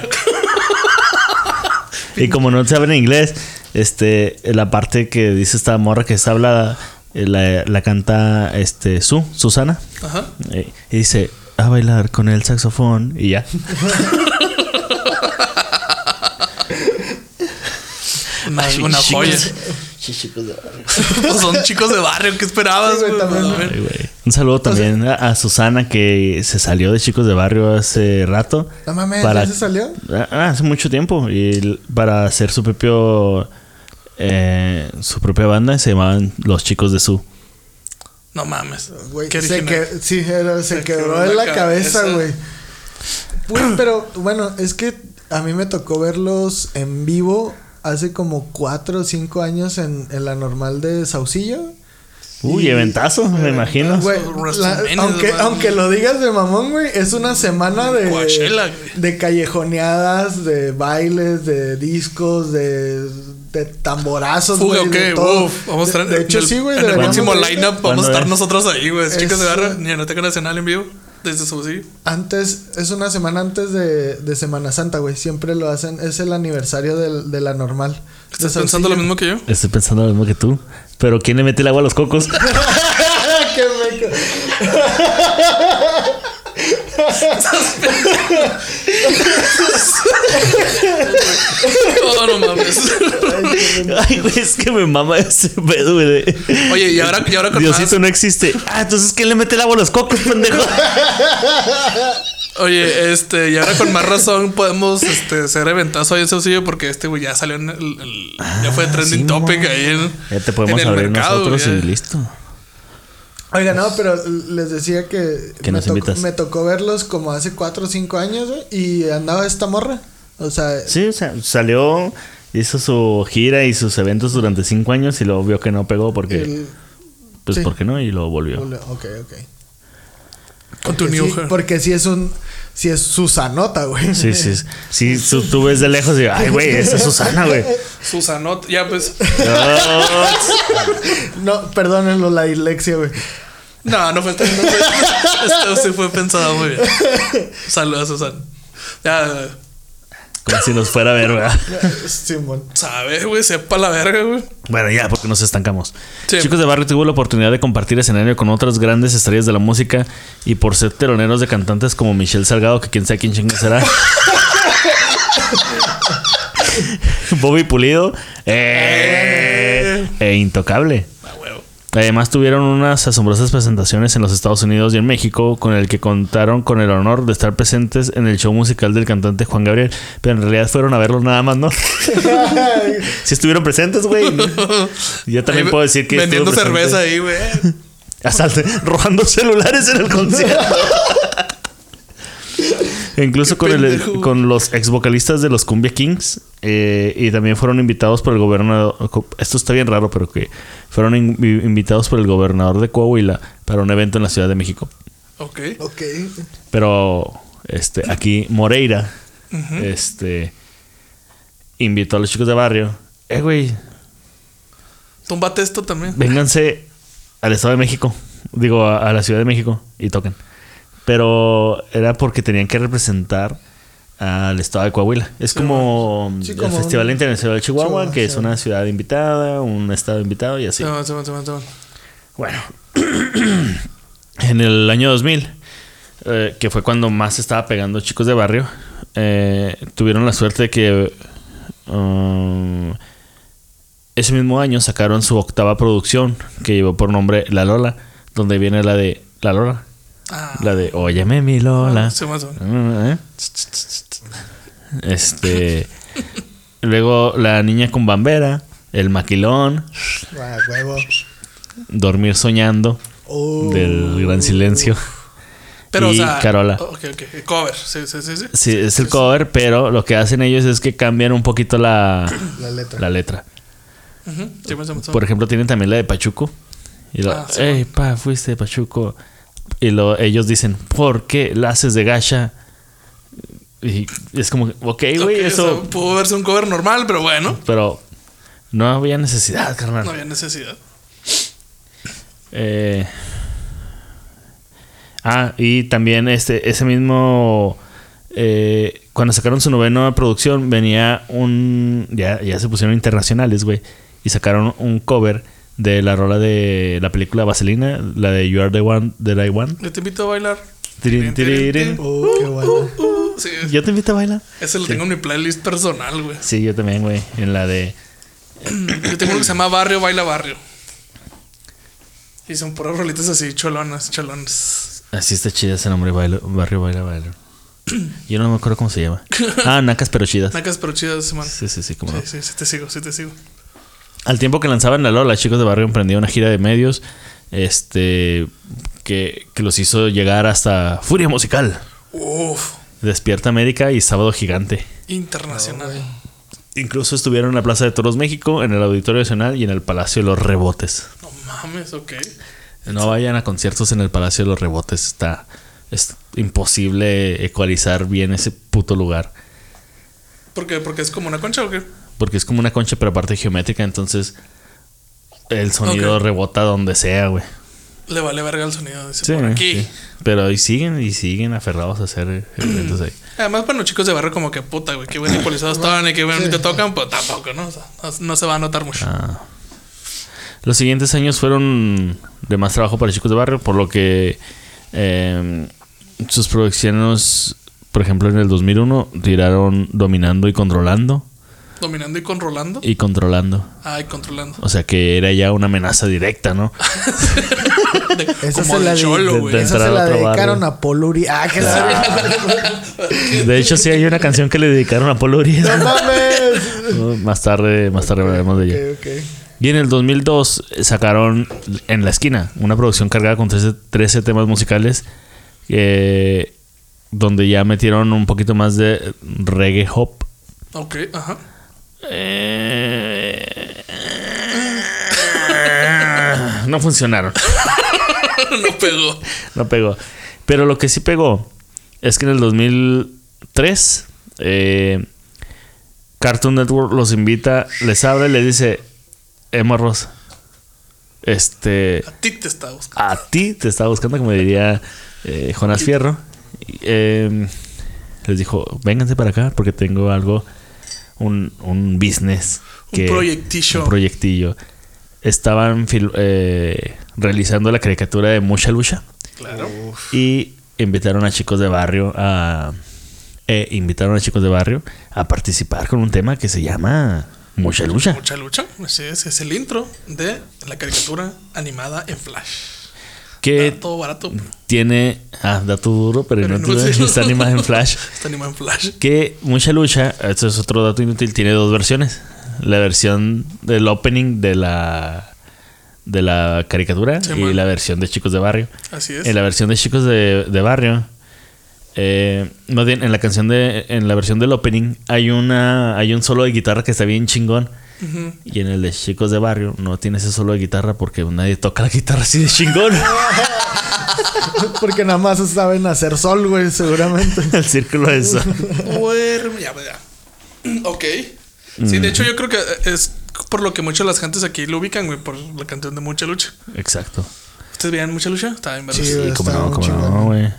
Y como no saben inglés, la parte que dice esta morra que está hablada, la canta Susana. Ajá. Y dice, a bailar con el saxofón. Y ya. Una joya. Pues son Chicos de Barrio, ¿qué esperabas, Sí, güey, güey? también. A ver. Ay, güey. Un saludo también a Susana, que se salió de Chicos de Barrio hace rato. No mames, ¿ya se salió? Hace mucho tiempo. Y para hacer su propia banda, se llamaban Los Chicos de Su. No mames. Güey, Qué se original. quebró en la cabeza, güey. Güey, pero bueno, es que a mí me tocó verlos en vivo hace como 4 o 5 años en la normal de Saucillo. Uy, eventazo, me imagino. Güey, aunque lo digas de mamón, güey, es una semana de Coachella, güey. de callejoneadas, de bailes, de discos, de tamborazos, Fuga, güey, de ok, todo. vamos a estar de hecho, sí, güey. en el deberíamos próximo de ir. lineup vamos a ¿Cuándo estar es? nosotros ahí, güey. Chicos de Es- Barrio, Nianoteca Nacional en vivo. Desde Saucillo. Es una semana antes de Semana Santa, güey. Siempre lo hacen. Es el aniversario de la normal. ¿Estás pensando lo mismo que yo? Estoy pensando lo mismo que tú. Pero ¿quién le mete el agua a los cocos? ¡Qué meco! No mames. Ay, güey, es que me mama ese pedo, güey. Oye, y ahora con Diosito más. no existe. Entonces ¿quién le mete el agua a los cocos, pendejo? Oye, y ahora con más razón podemos hacer eventazo ahí en Saucillo porque güey ya salió en ya fue trending sí, topic mamá. ahí en. Ya te podemos en el abrir mercado, nosotros ya. y listo. Oiga, no, pero les decía que nos invitas. me tocó verlos como hace 4 o 5 años, güey, y andaba esta morra. O sea, Sí, o sea, salió, hizo su gira y sus eventos durante 5 años y luego vio que no pegó porque... el- Pues, sí. ¿por qué no? Y lo volvió. Ok. Con tu Porque new sí, hair. porque sí es Susanota, güey. Sí. Sí, tú ves de lejos y... Ay, güey, esa es Susana, güey. Susanot, ya pues. No, perdónenlo la dislexia, güey. No fue esto sí fue pensado muy bien. Saludos a Susan. Ya, Como si nos fuera a ver, ¿verdad? Simón. sabe, güey, sepa la verga, güey. Bueno, ya, porque nos estancamos. Sí. Chicos de Barrio tuvo la oportunidad de compartir escenario con otras grandes estrellas de la música y por ser teloneros de cantantes como Michelle Salgado, que quién sabe quién chingue será. Bobby Pulido e Intocable. Ah, huevo. Además tuvieron unas asombrosas presentaciones en los Estados Unidos y en México, con el que contaron con el honor de estar presentes en el show musical del cantante Juan Gabriel. Pero en realidad fueron a verlos nada más, ¿no? Sí estuvieron presentes, güey. Yo también Ahí puedo decir que vendiendo estuve presente. cerveza ahí, güey. Robando celulares en el concierto. Incluso con los ex vocalistas de los Cumbia Kings. Y también fueron invitados por el gobernador. Esto está bien raro, pero que fueron invitados por el gobernador de Coahuila para un evento en la Ciudad de México. Ok. Pero aquí Moreira invitó a los chicos de barrio. Güey, Túmbate esto también. vénganse al Estado de México. Digo, a la Ciudad de México y toquen. Pero era porque tenían que representar al estado de Coahuila. Es como el como Festival Internacional de Chihuahua, Chihuahua, que es sí. una ciudad invitada, un estado invitado y así. Se van. Bueno, en el año 2000, que fue cuando más se estaba pegando Chicos de Barrio, tuvieron la suerte de que ese mismo año sacaron su octava producción, que llevó por nombre La Lola, donde viene la de La Lola. La de Óyeme mi Lola. Se van. Luego La Niña con Bambera, El Maquilón, Huevo. Dormir Soñando, del Gran Silencio. Pero, y o sea, Carola. Ok. Cover. Sí. Sí, es el cover, pero lo que hacen ellos es que cambian un poquito la letra. Ujú. Sí, Por ejemplo, tienen también la de Pachuco. Y sí, ey, pa, fuiste de Pachuco. Y ellos dicen, ¿por qué la haces de gacha? Y es como, ok, güey, eso. O sea, pudo verse un cover normal, pero bueno. Pero no había necesidad, carnal. No había necesidad. Y también ese mismo. Cuando sacaron su novena producción, venía ya se pusieron internacionales, güey. Y sacaron un cover de la rola de la película Vaselina, la de You Are the One That I Want. Yo te invito a bailar. Tirin, tirin. Qué bueno. Sí. Yo te invito a bailar. Ese lo tengo en mi playlist personal, güey. Sí, yo también, güey. En la de. Yo tengo uno que se llama Barrio Baila Barrio. Y son puras rolitas así, cholonas. Así está chida ese nombre, Barrio Baila Baila. Yo no me acuerdo cómo se llama. Nacas pero chidas. Nacas pero chidas, man. Sí, como no. Sí, te sigo. Al tiempo que lanzaban La Lola, Chicos de Barrio emprendieron una gira de medios que los hizo llegar hasta Furia Musical, Uf. Despierta América y Sábado Gigante. Internacional. Incluso estuvieron en la Plaza de Toros México, en el Auditorio Nacional y en el Palacio de los Rebotes. No mames, ok. No vayan a conciertos en el Palacio de los Rebotes. Es imposible ecualizar bien ese puto lugar. ¿Por qué? ¿Porque es como una concha o qué? Porque es como una concha, pero aparte geométrica. Entonces el sonido rebota donde sea, güey. Le vale verga el sonido. Dice, Sí, por aquí. sí. Pero ahí siguen aferrados a hacer eventos ahí. Además, para los chicos de barrio, como que puta, güey. Qué buen ecualizados estaban y qué bien te tocan, pues tampoco, ¿no? O sea, no se va a notar mucho. Los siguientes años fueron de más trabajo para Chicos de Barrio, por lo que sus producciones, por ejemplo, en el 2001 tiraron Dominando y Controlando. Dominando y controlando. Y Controlando. Y controlando. O sea que era ya una amenaza directa, ¿no? Esa Como se la de cholo, güey. Esa se entrar a la otro dedicaron barrio. a Paul Uri. Que De hecho, sí hay una canción que le dedicaron a Polo Uriel. ¡No mames! Más tarde hablaremos de ella. Ok. Y en el 2002 sacaron En la Esquina, una producción cargada con 13 temas musicales, donde ya metieron un poquito más de reggae hop. Ok, ajá. No funcionaron. No pegó. Pero lo que sí pegó es que en el 2003 Cartoon Network los invita, les habla y les dice: morros, A ti te estaba buscando. a ti te estaba buscando, como diría Jonás Fierro. Les dijo: vénganse para acá porque tengo algo, un business, Un proyectillo. Estaban realizando la caricatura de Mucha Lucha. Claro. Y invitaron a Chicos de Barrio a participar con un tema que se llama Mucha lucha. Mucha lucha. Así es el intro de la caricatura animada en Flash. Que Dato barato. tiene. Dato duro, pero Pero inútil. inútil. Está animada en Flash. Está animada en Flash. Que Mucha Lucha, esto es otro dato inútil, tiene dos versiones. La versión del opening de la caricatura Sí, y man. la versión de Chicos de Barrio. Así es. En la versión de Chicos de Barrio, más bien en la versión del opening hay un solo de guitarra que está bien chingón. Ujú. Y en el de Chicos de Barrio no tiene ese solo de guitarra porque nadie toca la guitarra así de chingón. Porque nada más saben hacer sol, güey, seguramente. El círculo de eso. Duerme, ya. Ok. Sí, de hecho yo creo que es por lo que muchas las gentes aquí lo ubican, güey, por la canción de Mucha Lucha. Exacto. ¿Ustedes veían Mucha Lucha? Estaba bien, Sí, Sí, güey, cómo estaba no, muy cómo no, chingón. güey.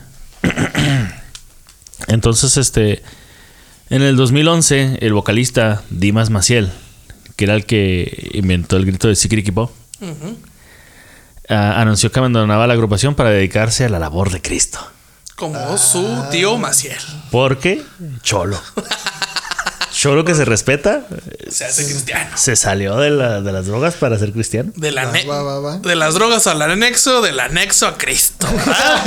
Entonces, en el 2011, el vocalista Dimas Maciel, que era el que inventó el grito de Sikirikipo, anunció que abandonaba la agrupación para dedicarse a la labor de Cristo. Como su tío Maciel. Porque Cholo. Cholo que se respeta, Se hace cristiano. se salió de las drogas para ser cristiano. Va. De las drogas al anexo, del anexo a Cristo, ¿verdad?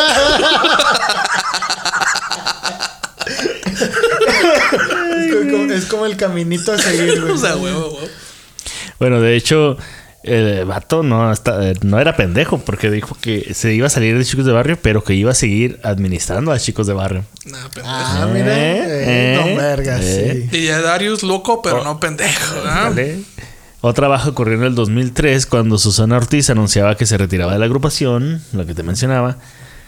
Es como el caminito a seguir, güey. O sea, huevo. Bueno, de hecho, el vato no era pendejo porque dijo que se iba a salir de Chicos de Barrio, pero que iba a seguir administrando a Chicos de Barrio. Nada, pendejo. Ah, mira. Don verga, sí. Y ya Darius loco, pero no pendejo, ¿verdad? Dale. Otra baja ocurrió en el 2003 cuando Susana Ortiz anunciaba que se retiraba de la agrupación, lo que te mencionaba.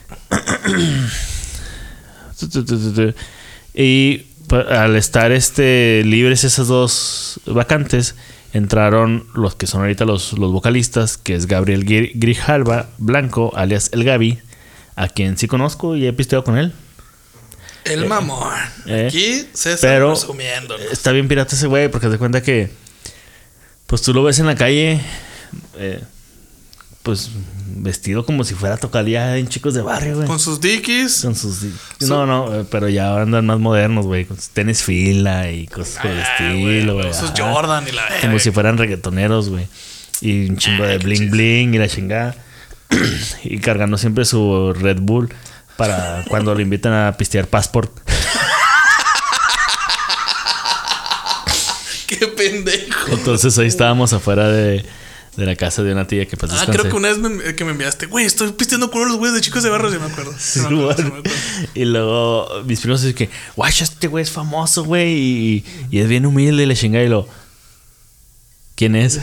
Y al estar libres esas dos vacantes, entraron los que son ahorita los vocalistas, que es Gabriel Grijalva Blanco, alias El Gaby, a quien sí conozco y he pisteado con él. El mamón. Aquí César pero resumiendo. está bien pirata ese güey porque te cuenta que pues tú lo ves en la calle pues vestido como si fuera a tocar ya en Chicos de Barrio, güey. Con sus dickies. Con sus pero ya andan más modernos, güey, con sus tenis fila y cosas por el estilo, güey. Sus Ajá. Jordan y la Como si fueran reggaetoneros, güey. Y un chingo de bling bling y la chingada. Y cargando siempre su Red Bull para cuando le invitan a pistear Passport. Qué pendejo. Entonces ahí estábamos afuera de la casa de una tía que pasó. Creo que una vez que me enviaste, güey, estoy pisteando con uno de los güeyes de Chicos de Barrio, si me acuerdo. Sí, me acuerdo. Y luego mis primos dicen que, guacha, este güey es famoso, güey. Y es bien humilde y le chinga y ¿quién es?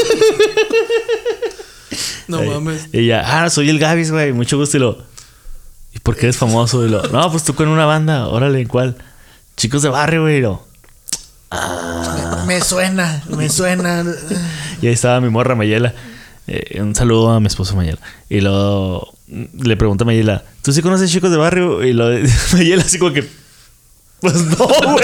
No mames. Y ella, soy el Gavis, güey, mucho gusto. ¿Y por qué eres famoso? No, pues tú con una banda, órale, ¿cuál? Chicos de Barrio, güey. Me suena. Y ahí estaba mi morra Mayela. Un saludo a mi esposo Mayela. Y luego le pregunta a Mayela, ¿tú sí conoces Chicos de Barrio? Y Mayela así como que, pues no, güey.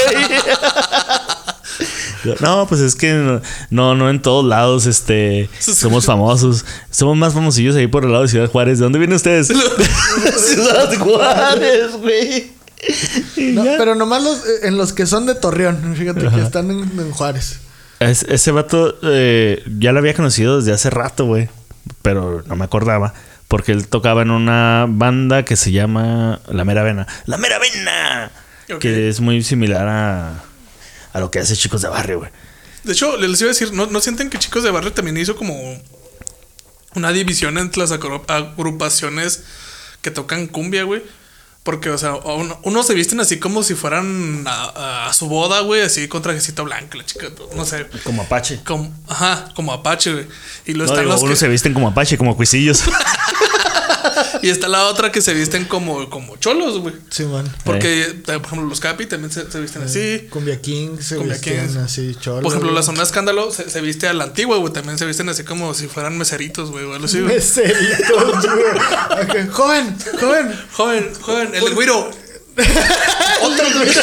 No, pues es que no en todos lados somos famosos. Somos más famosillos ahí por el lado de Ciudad Juárez. ¿De dónde vienen ustedes? Ciudad Juárez, güey. No, pero nomás en los que son de Torreón. Fíjate que están en Juárez. Ese vato ya lo había conocido desde hace rato, güey. Pero no me acordaba. Porque él tocaba en una banda que se llama La Mera Vena. ¡La Mera Vena! Okay. Que es muy similar a lo que hace Chicos de Barrio, güey. De hecho, les iba a decir, ¿no sienten que Chicos de Barrio también hizo como una división entre las agrupaciones que tocan cumbia, güey? Porque, o sea, unos se visten así como si fueran a su boda, güey, así con trajecito blanco, la chica, no sé. Como Apache. Como Apache, güey. Y unos se visten como Apache, como cuisillos. Y está la otra que se visten como cholos, güey. Sí, man. Porque, por ejemplo, los Capi también se visten así. Cumbia King se visten así, cholos. Por ejemplo, la Zona Escándalo se viste a la antigua, güey. También se visten así como si fueran meseritos, güey. Meseritos, güey. Okay. Joven. El güiro. Otro güiro.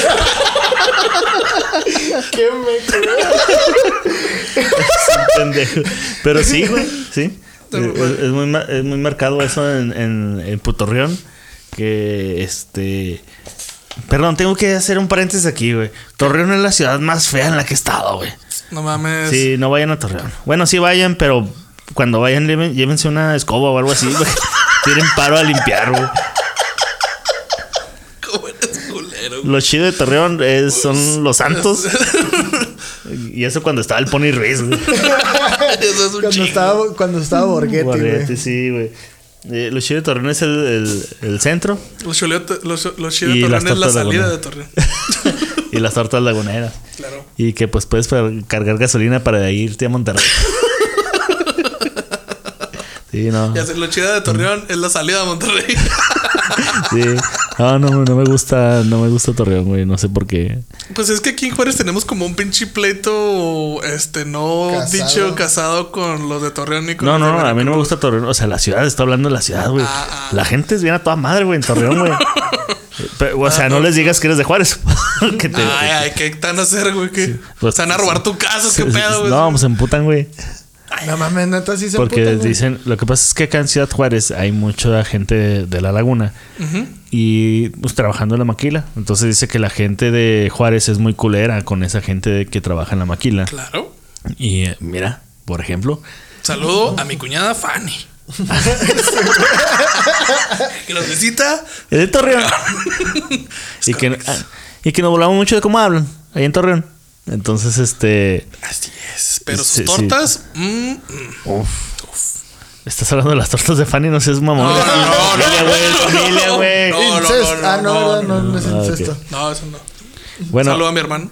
Qué me pendejo. Pero sí, güey. Sí. Es muy marcado eso en Putorreón. Que Perdón, tengo que hacer un paréntesis aquí, güey. Torreón es la ciudad más fea en la que he estado, güey. No mames. Sí, no vayan a Torreón. Bueno, sí vayan, pero cuando vayan, llévense una escoba o algo así, güey. Tienen paro a limpiar, güey. ¿Cómo eres culero? Lo chido de Torreón son los Santos. Y eso cuando estaba el Pony Ruiz, güey. Eso es un chingo. Cuando estaba Borghetti, Borghetti, güey. sí, güey. Lo chido de Torreón es el centro. Lo chido de Y las Torreón es la tortas salida laguneras. de Torreón. Y las tortas laguneras. Claro. Y que pues puedes cargar gasolina para de ahí irte a Monterrey. Sí, no. Ya sé, lo chido de Torreón es la salida de Monterrey. Sí. No me gusta Torreón, güey. No sé por qué. Pues es que aquí en Juárez tenemos como un pinche pleito, casado con los de Torreón y con No, los de a mí no me Veracruz. gusta Torreón. O sea, la ciudad, está hablando de la ciudad, güey. La gente es bien a toda madre, güey, en Torreón, güey. O sea, no les digas que eres de Juárez. Ay, ¿qué tan a hacer, güey? ¿Qué? Pues, ¿Se van a robar tu casa? ¿Qué pedo, güey? No, pues se emputan, güey. No mames, neta, sí se Porque emputan, güey. dicen, lo que pasa es que acá en Ciudad Juárez hay mucha gente de la laguna y pues trabajando en la maquila. Entonces dice que la gente de Juárez es muy culera con esa gente que trabaja en la maquila. Claro. Y mira, por ejemplo, Saludo a mi cuñada Fanny. Que nos visita. es de Torreón. y que nos volvamos mucho de cómo hablan ahí en Torreón. Entonces, Así es. Pero Sí, sus tortas. Uf. Estás hablando de las tortas de Fanny, no seas mamón. No, Familia, güey. No, Incesto. No es Ah, incesto. No, eso no. Bueno, Saludo a mi hermano.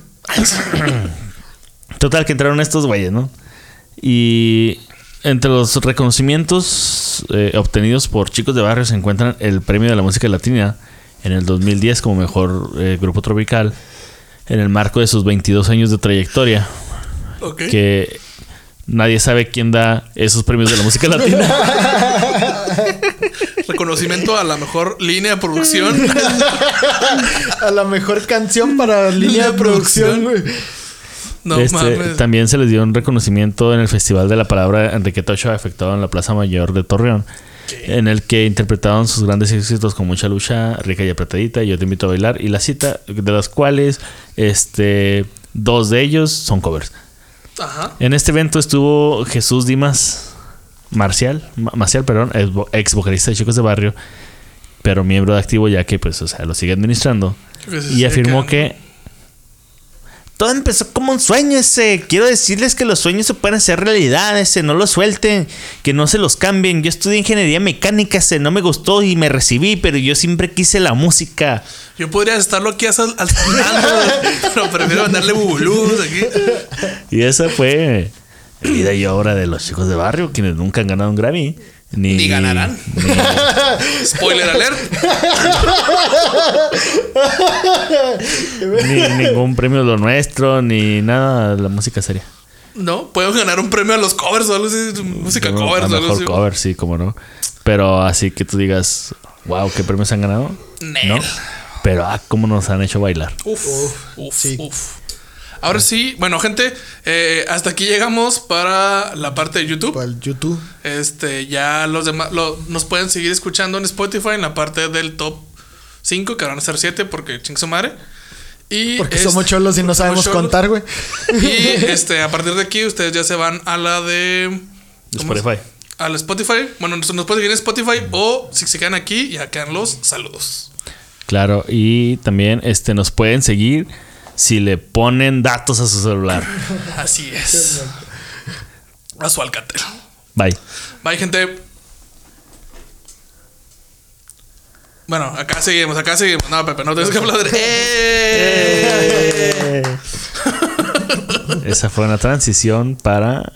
total que entraron estos güeyes, ¿no? Y entre los reconocimientos obtenidos por Chicos de Barrio se encuentran el Premio de la Música Latina en el 2010 como mejor grupo tropical en el marco de sus 22 años de trayectoria. Ok. Que nadie sabe quién da esos premios de la música latina. Reconocimiento a la mejor línea de producción. A la mejor canción para línea de producción, güey. No mames. También se les dio un reconocimiento en el Festival de la Palabra Enriqueta Ochoa, efectuado en la Plaza Mayor de Torreón, en el que interpretaron sus grandes éxitos con Mucha Lucha, Rica y Apretadita, Yo Te Invito a Bailar y La Cita, de las cuales dos de ellos son covers. Ajá. En este evento estuvo Jesús Dimas Maciel, ex vocalista de Chicos de Barrio, pero miembro de Activo, ya que pues, o sea, lo sigue administrando. Y afirmó que todo empezó como un sueño ese. Quiero decirles que los sueños se pueden hacer realidad ese. No los suelten, que no se los cambien. Yo estudié ingeniería mecánica ese. No me gustó y me recibí, pero yo siempre quise la música. Yo podría estarlo aquí asaltando, pero prefiero mandarle bubulús aquí. Y esa fue vida y obra de los Chicos de Barrio, quienes nunca han ganado un Grammy. Ni ganarán. Spoiler alert. Ni ningún premio de lo nuestro, ni nada de la música seria. No, puedo ganar un premio a los covers o algo así. Música No, covers a o algo mejor así. cover, sí, como no. Pero así que tú digas, wow, ¿qué premios han ganado? Nel. No. Pero cómo nos han hecho bailar. Uf. Sí. Ahora sí, bueno, gente, hasta aquí llegamos para la parte de YouTube. Para el YouTube. Ya los demás nos pueden seguir escuchando en Spotify en la parte del top 5, que van a ser 7 porque ching su madre. Y Porque somos cholos y no sabemos cholos. contar, güey. Y a partir de aquí ustedes ya se van a la de Spotify. al Spotify. Bueno, nos pueden seguir en Spotify o si se quedan aquí, ya quedan los saludos. Claro, y también nos pueden seguir si le ponen datos a su celular. Así es. A su Alcatel. Bye. Bye, gente. Bueno, acá seguimos. No, Pepe, no tienes que aplaudir. Esa fue una transición para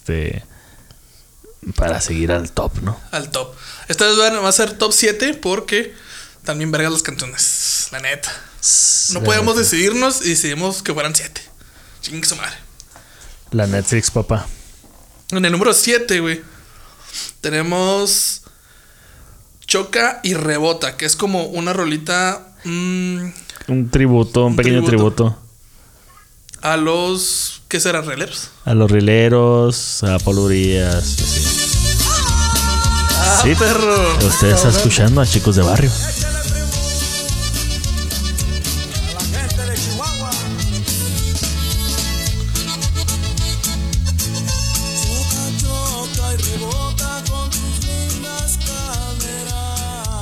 para seguir al top, ¿no? Al top. Esta vez va a ser top 7 porque también vergas las canciones. La neta. No podíamos decidirnos y decidimos que fueran 7. Ching su madre. La Netflix, papá. En el número 7, güey, tenemos Choca y Rebota, que es como una rolita. Un tributo, un pequeño tributo. A los. ¿Qué será? ¿Relers? A los rileros, a Pablo Urias. Sí. Sí, perro. Usted está escuchando a Chicos de Barrio.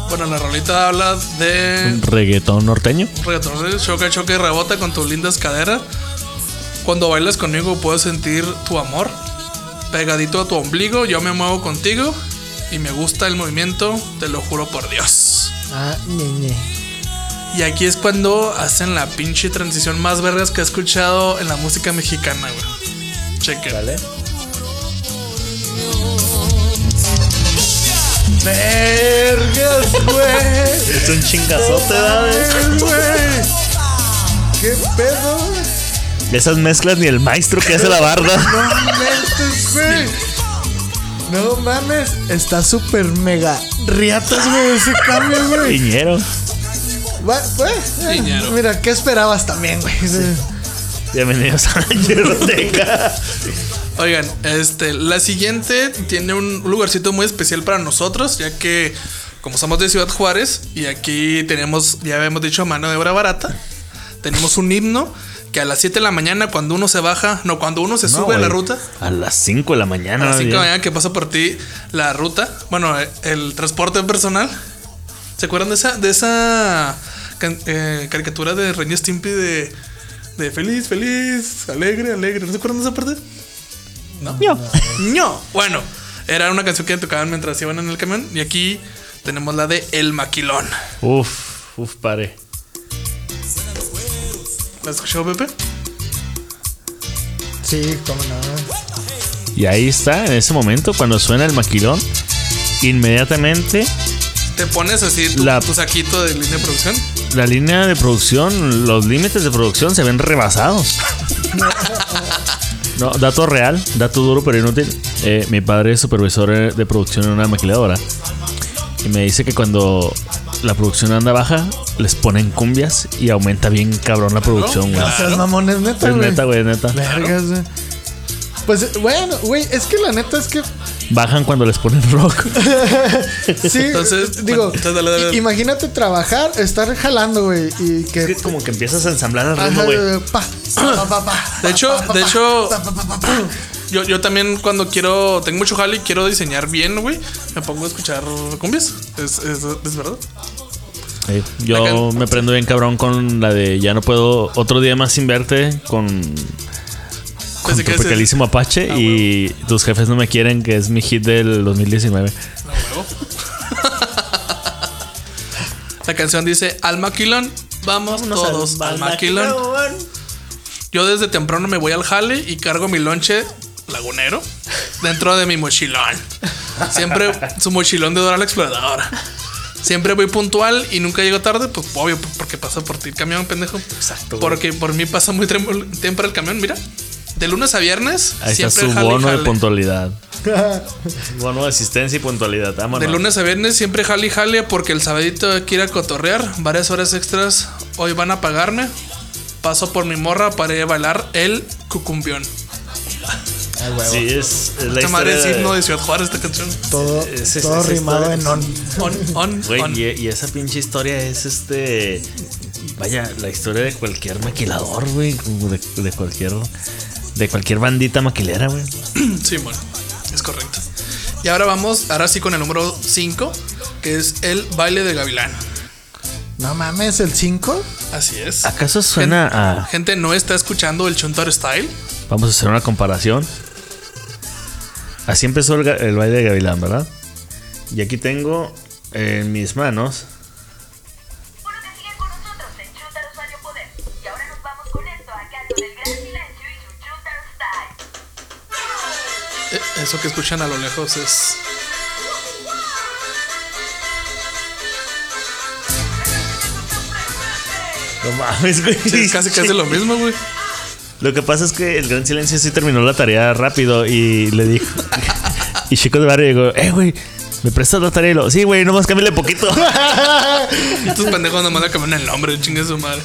Bueno, la rolita habla de Un reggaetón norteño. reggaetón, choque, choque, rebota con tus lindas caderas. Cuando bailas conmigo puedo sentir tu amor. Pegadito a tu ombligo, yo me muevo contigo. Y me gusta el movimiento, te lo juro por Dios. Ah, ñe. Y aquí es cuando hacen la pinche transición más vergas que he escuchado en la música mexicana, güey. Cheque. ¿Vale? Vergas, güey. Es un chingazote, ¿verdad? Güey. ¿Qué pedo? Esas mezclas ni el maestro que hace la barda. No mentes, güey. No mames. Está súper mega riatas, güey, ese cambio, güey. Piñero. Piñero. Mira, ¿qué esperabas también, güey? Bienvenidos a la Yeroteca. Oigan, la siguiente tiene un lugarcito muy especial para nosotros, ya que como somos de Ciudad Juárez y aquí tenemos, ya habíamos dicho, mano de obra barata, tenemos un himno que a las 7 de la mañana cuando uno se baja, no, cuando uno se sube a la ruta, A las 5 de la mañana. a las 5 de la ya. mañana que pasa por ti la ruta, bueno, el transporte personal. ¿Se acuerdan de esa caricatura de Ren y Stimpy de feliz, feliz, alegre, alegre? ¿No se acuerdan de esa parte? No. Bueno, era una canción que tocaban mientras iban en el camión. Y aquí tenemos la de El Maquilón. Uf, pare. ¿La escuchó, Pepe? Sí, cómo no. Y ahí está, en ese momento, cuando suena el maquilón, inmediatamente Te pones así tu saquito de línea de producción. la línea de producción, los límites de producción se ven rebasados. No, dato real, dato duro pero inútil. Mi padre es supervisor de producción en una maquiladora. Y me dice que cuando la producción anda baja, les ponen cumbias y aumenta bien cabrón la producción, güey. Claro. O sea, mamón, es neta, Es güey. neta, güey, neta. Vergas, güey. Pues, bueno, güey, es que la neta es que Bajan cuando les ponen rock. sí, Entonces, digo, bueno, dale. imagínate trabajar, estar jalando, güey, y Es que que como que empiezas a ensamblar el ritmo, ajá, güey. De hecho, yo también cuando tengo mucho jale y quiero diseñar bien, güey, me pongo a escuchar cumbias. Es verdad. Yo me prendo bien cabrón con la de Ya no puedo otro día más sin verte con Desde que Tropicalísimo Apache y Tus jefes no me quieren, que es mi hit del 2019. La canción dice: al maquilón, vamos todos al maquilón. Yo desde temprano me voy al jale y cargo mi lonche lagunero dentro de mi mochilón. Siempre su mochilón de Dora la Exploradora. Siempre voy puntual y nunca llego tarde, pues obvio, porque pasa por ti el camión, pendejo. Exacto. Porque por mí pasa muy temprano el camión, mira. De lunes a viernes, Ahí está siempre su jale y bono de jale. puntualidad. Bono de asistencia y puntualidad. Vámonos. De lunes a viernes siempre jale y jale porque el sabadito quiere ir a cotorrear. Varias horas extras hoy van a pagarme. Paso por mi morra para ir a bailar el cucumbión. Ay, huevo. Sí, es la Esta madre historia es himno de... de Ciudad Juárez, esta canción. Todo, Es todo esa rimado historia. en on. Güey, On. y esa pinche historia es vaya, la historia de cualquier maquilador, güey. Como de cualquier bandita maquilera, güey. Sí, bueno, es correcto. Y ahora sí con el número 5, que es el baile de gavilán. No mames, el 5. Así es. ¿Acaso suena a...? Gente no está escuchando el Chuntar Style. Vamos a hacer una comparación. Así empezó el baile de gavilán, ¿verdad? Y aquí tengo en mis manos... Bueno, que siguen con nosotros en Chuntar Radio Poder. Y ahora nos vamos con esto a cargo del Gran Silencio y su Chuntar Style. Eso que escuchan a lo lejos es... No mames, güey. Sí, es casi lo mismo, güey. Lo que pasa es que el Gran Silencio sí terminó la tarea rápido y le dijo... Y Chico de Barrio llegó, güey, ¿me prestas la tarea? Y lo, sí, güey, nomás cámbiale poquito. Estos pendejos nomás le cambian el nombre, chingue su madre.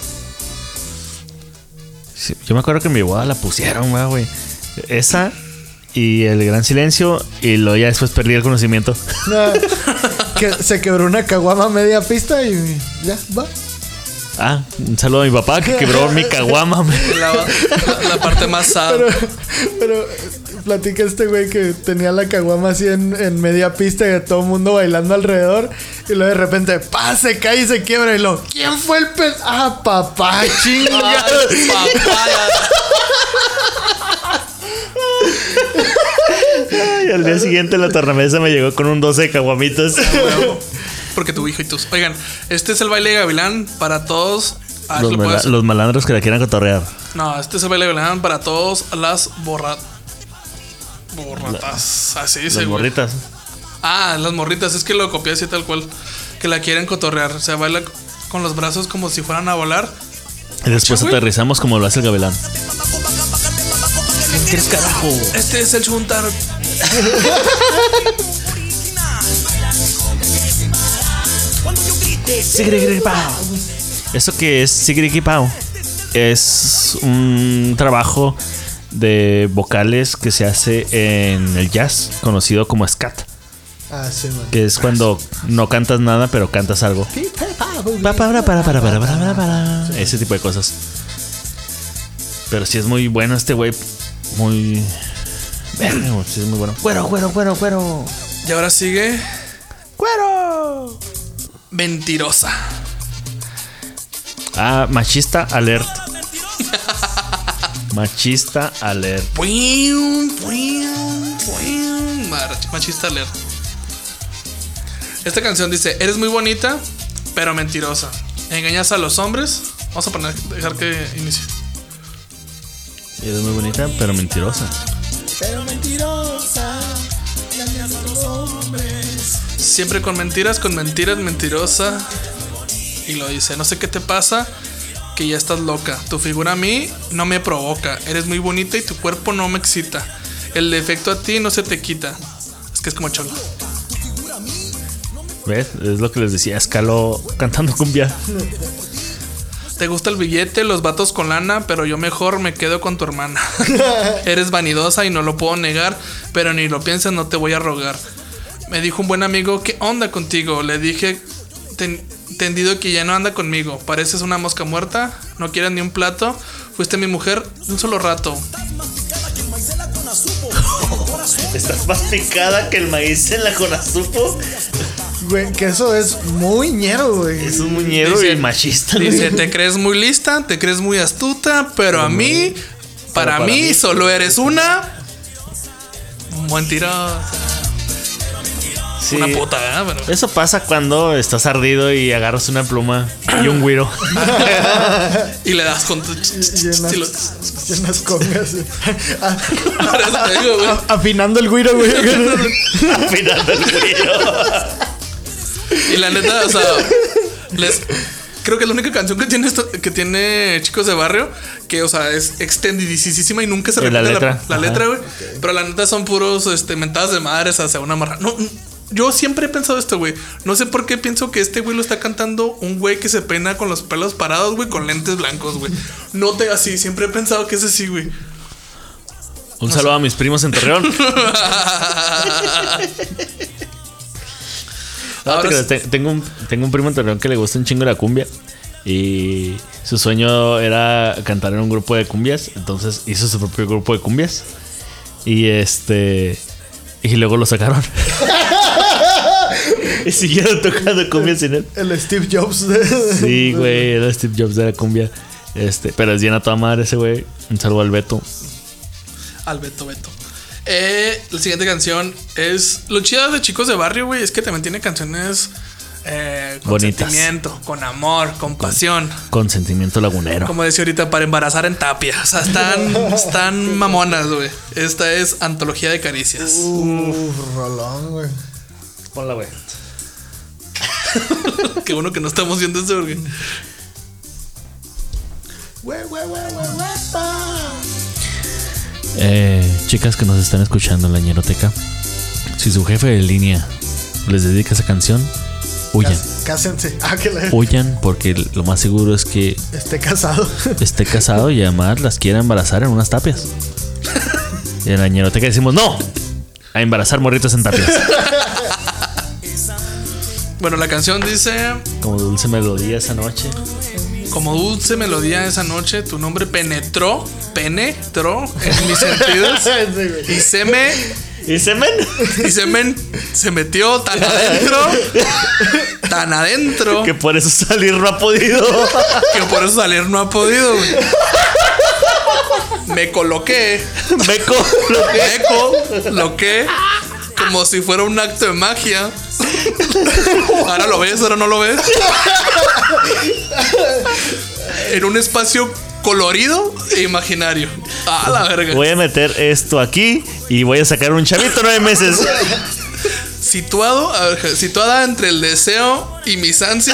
Sí, yo me acuerdo que en mi boda la pusieron, güey. Esa y el Gran Silencio. Y luego ya después perdí el conocimiento. Que se quebró una caguama a media pista y ya, va. Ah, un saludo a mi papá que quebró mi caguama. La parte más sad. Pero platica este güey que tenía la caguama así en media pista y todo el mundo bailando alrededor. Y luego de repente, ¡pa! Se cae y se quiebra. Y luego, ¿quién fue el pez? ¡Ah, papá! ¡Chinga! Y al día siguiente la tornamesa me llegó con un 12 de caguamitas. Porque tu hijo y tus. Oigan, este es el baile de gavilán para todos. Los malandros que la quieran cotorrear. No, este es el baile de gavilán para todos las borratas. Así dice, Las güey. morritas. Ah, las morritas. Es que lo copié así tal cual. Que la quieren cotorrear. O sea, baila con los brazos como si fueran a volar. Y después güey. aterrizamos como lo hace el gavilán. ¿Qué es carajo? Este es el chuntar. Eso que es Sigriquipao es un trabajo de vocales que se hace en el jazz, conocido como scat, Ah, sí, man. que es cuando no cantas nada pero cantas algo. Ese tipo de cosas. Pero sí es muy bueno este güey. Muy... Verga, sí es muy bueno. Cuero. Y ahora sigue ¡Cuero! Mentirosa. Ah, machista alert. Machista alert. Machista alert. Esta canción dice: eres muy bonita, pero mentirosa. Engañas a los hombres. Vamos a dejar que inicie. Eres muy bonita, pero mentirosa. Siempre con mentiras, mentirosa. Y lo dice: no sé qué te pasa, que ya estás loca. Tu figura a mí no me provoca. Eres muy bonita y tu cuerpo no me excita. El defecto a ti no se te quita. Es que es como cholo. ¿Ves? Es lo que les decía, Escalo cantando cumbia. Te gusta el billete, los vatos con lana, pero yo mejor me quedo con tu hermana. Eres vanidosa y no lo puedo negar, pero ni lo pienses, no te voy a rogar. Me dijo un buen amigo: ¿qué onda contigo? Le dije tendido que ya no anda conmigo. Pareces una mosca muerta, no quieres ni un plato. Fuiste mi mujer de un solo rato. Estás más picada que el maíz en la Conazupo. Güey, que eso es muy ñero, güey. Es un muñero Dice- y machista. güey. Dice: te crees muy lista, te crees muy astuta, pero a mí, para mí, solo eres una mentirosa. Sí. Una puta, ¿verdad? Pero- Eso pasa cuando estás ardido y agarras una pluma y un güiro. y le das con tu... Llenas congas. Ah, Por eso te digo, güey. afinando el güiro, güey. Afinando el güiro. Y la neta, o sea, creo que es la única canción que tiene que tiene Chicos de Barrio, que, o sea, es extendidísima y nunca se En la repite letra. la Ajá. letra, güey. Pero la neta son puros mentadas de madres hacia una marra. No, yo siempre he pensado esto, güey. No sé por qué pienso que este güey lo está cantando un güey que se peina con los pelos parados, güey, con lentes blancos, güey. No te así, siempre he pensado que es así, güey. Un saludo a mis primos en Torreón. No, Ahora te creas, tengo un primo en Torreón que le gusta un chingo la cumbia. Y su sueño era cantar en un grupo de cumbias. Entonces hizo su propio grupo de cumbias. Y luego lo sacaron. Y siguieron tocando cumbia sin él. El Steve Jobs. Sí, güey, era Steve Jobs de la cumbia. Pero es bien a toda madre ese güey. Un saludo al Beto. Al Beto. La siguiente canción es... Lo chido de Chicos de Barrio, güey, es que también tiene canciones con Bonitas. sentimiento, con amor, con pasión. Con sentimiento lagunero. Como decía ahorita, para embarazar en Tapia. O sea, están mamonas, güey. Esta es Antología de Caricias. Rolón, güey. Ponla, güey. Qué bueno que no estamos viendo esto, porque... Chicas que nos están escuchando en la ñeroteca, si su jefe de línea les dedica esa canción, huyan. Cásense. Ah, que la Huyan porque lo más seguro es que esté casado. esté casado y además las quiera embarazar en unas tapias. Y en la ñeroteca decimos no a embarazar morritos en tapias. Bueno, la canción dice... Como dulce melodía esa noche. Como dulce melodía esa noche, tu nombre penetró en mis sentidos. Y ¿Y semen? se metió tan adentro, Que por eso salir no ha podido. que por eso salir no ha podido, güey. Me coloqué como si fuera un acto de magia. Ahora lo ves, ahora no lo ves. En un espacio colorido e imaginario. Ah, la verga. Voy a meter esto aquí y voy a sacar un chavito 9 meses. Situada entre el deseo y mis ansias.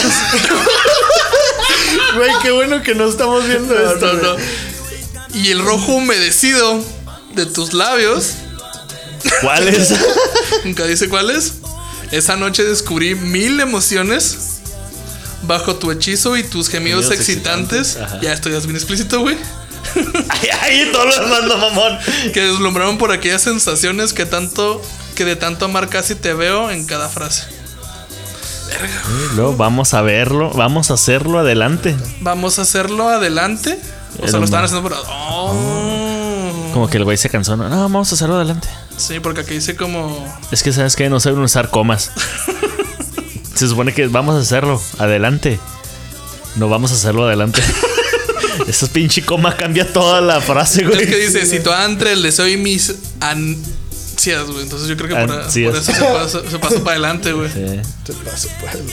Güey, qué bueno que no estamos viendo esto. No. Y el rojo humedecido de tus labios. ¿Cuál es? Nunca dice cuál es. Esa noche descubrí 1000 emociones bajo tu hechizo y tus gemidos Gemidos excitantes. excitantes, ajá. Ya esto ya es bien explícito, güey. Ay, todo lo demás no, mamón. Que deslumbraron por aquellas sensaciones que de tanto amar casi te veo en cada frase. Luego vamos a verlo, vamos a hacerlo adelante. Vamos a hacerlo adelante. O sea, Era lo estaban más- haciendo por. Oh. Como que el güey se cansó. No, vamos a hacerlo adelante. Sí, porque aquí dice como. Es que sabes que no saben usar comas. Se supone que vamos a hacerlo adelante. No vamos a hacerlo adelante. Esa pinche coma cambia toda la frase, güey. Es que dice, situada entre el deseo y mis ansias, güey. Entonces yo creo que por Ansias. eso se pasó para adelante, güey. Sí. Te paso por el...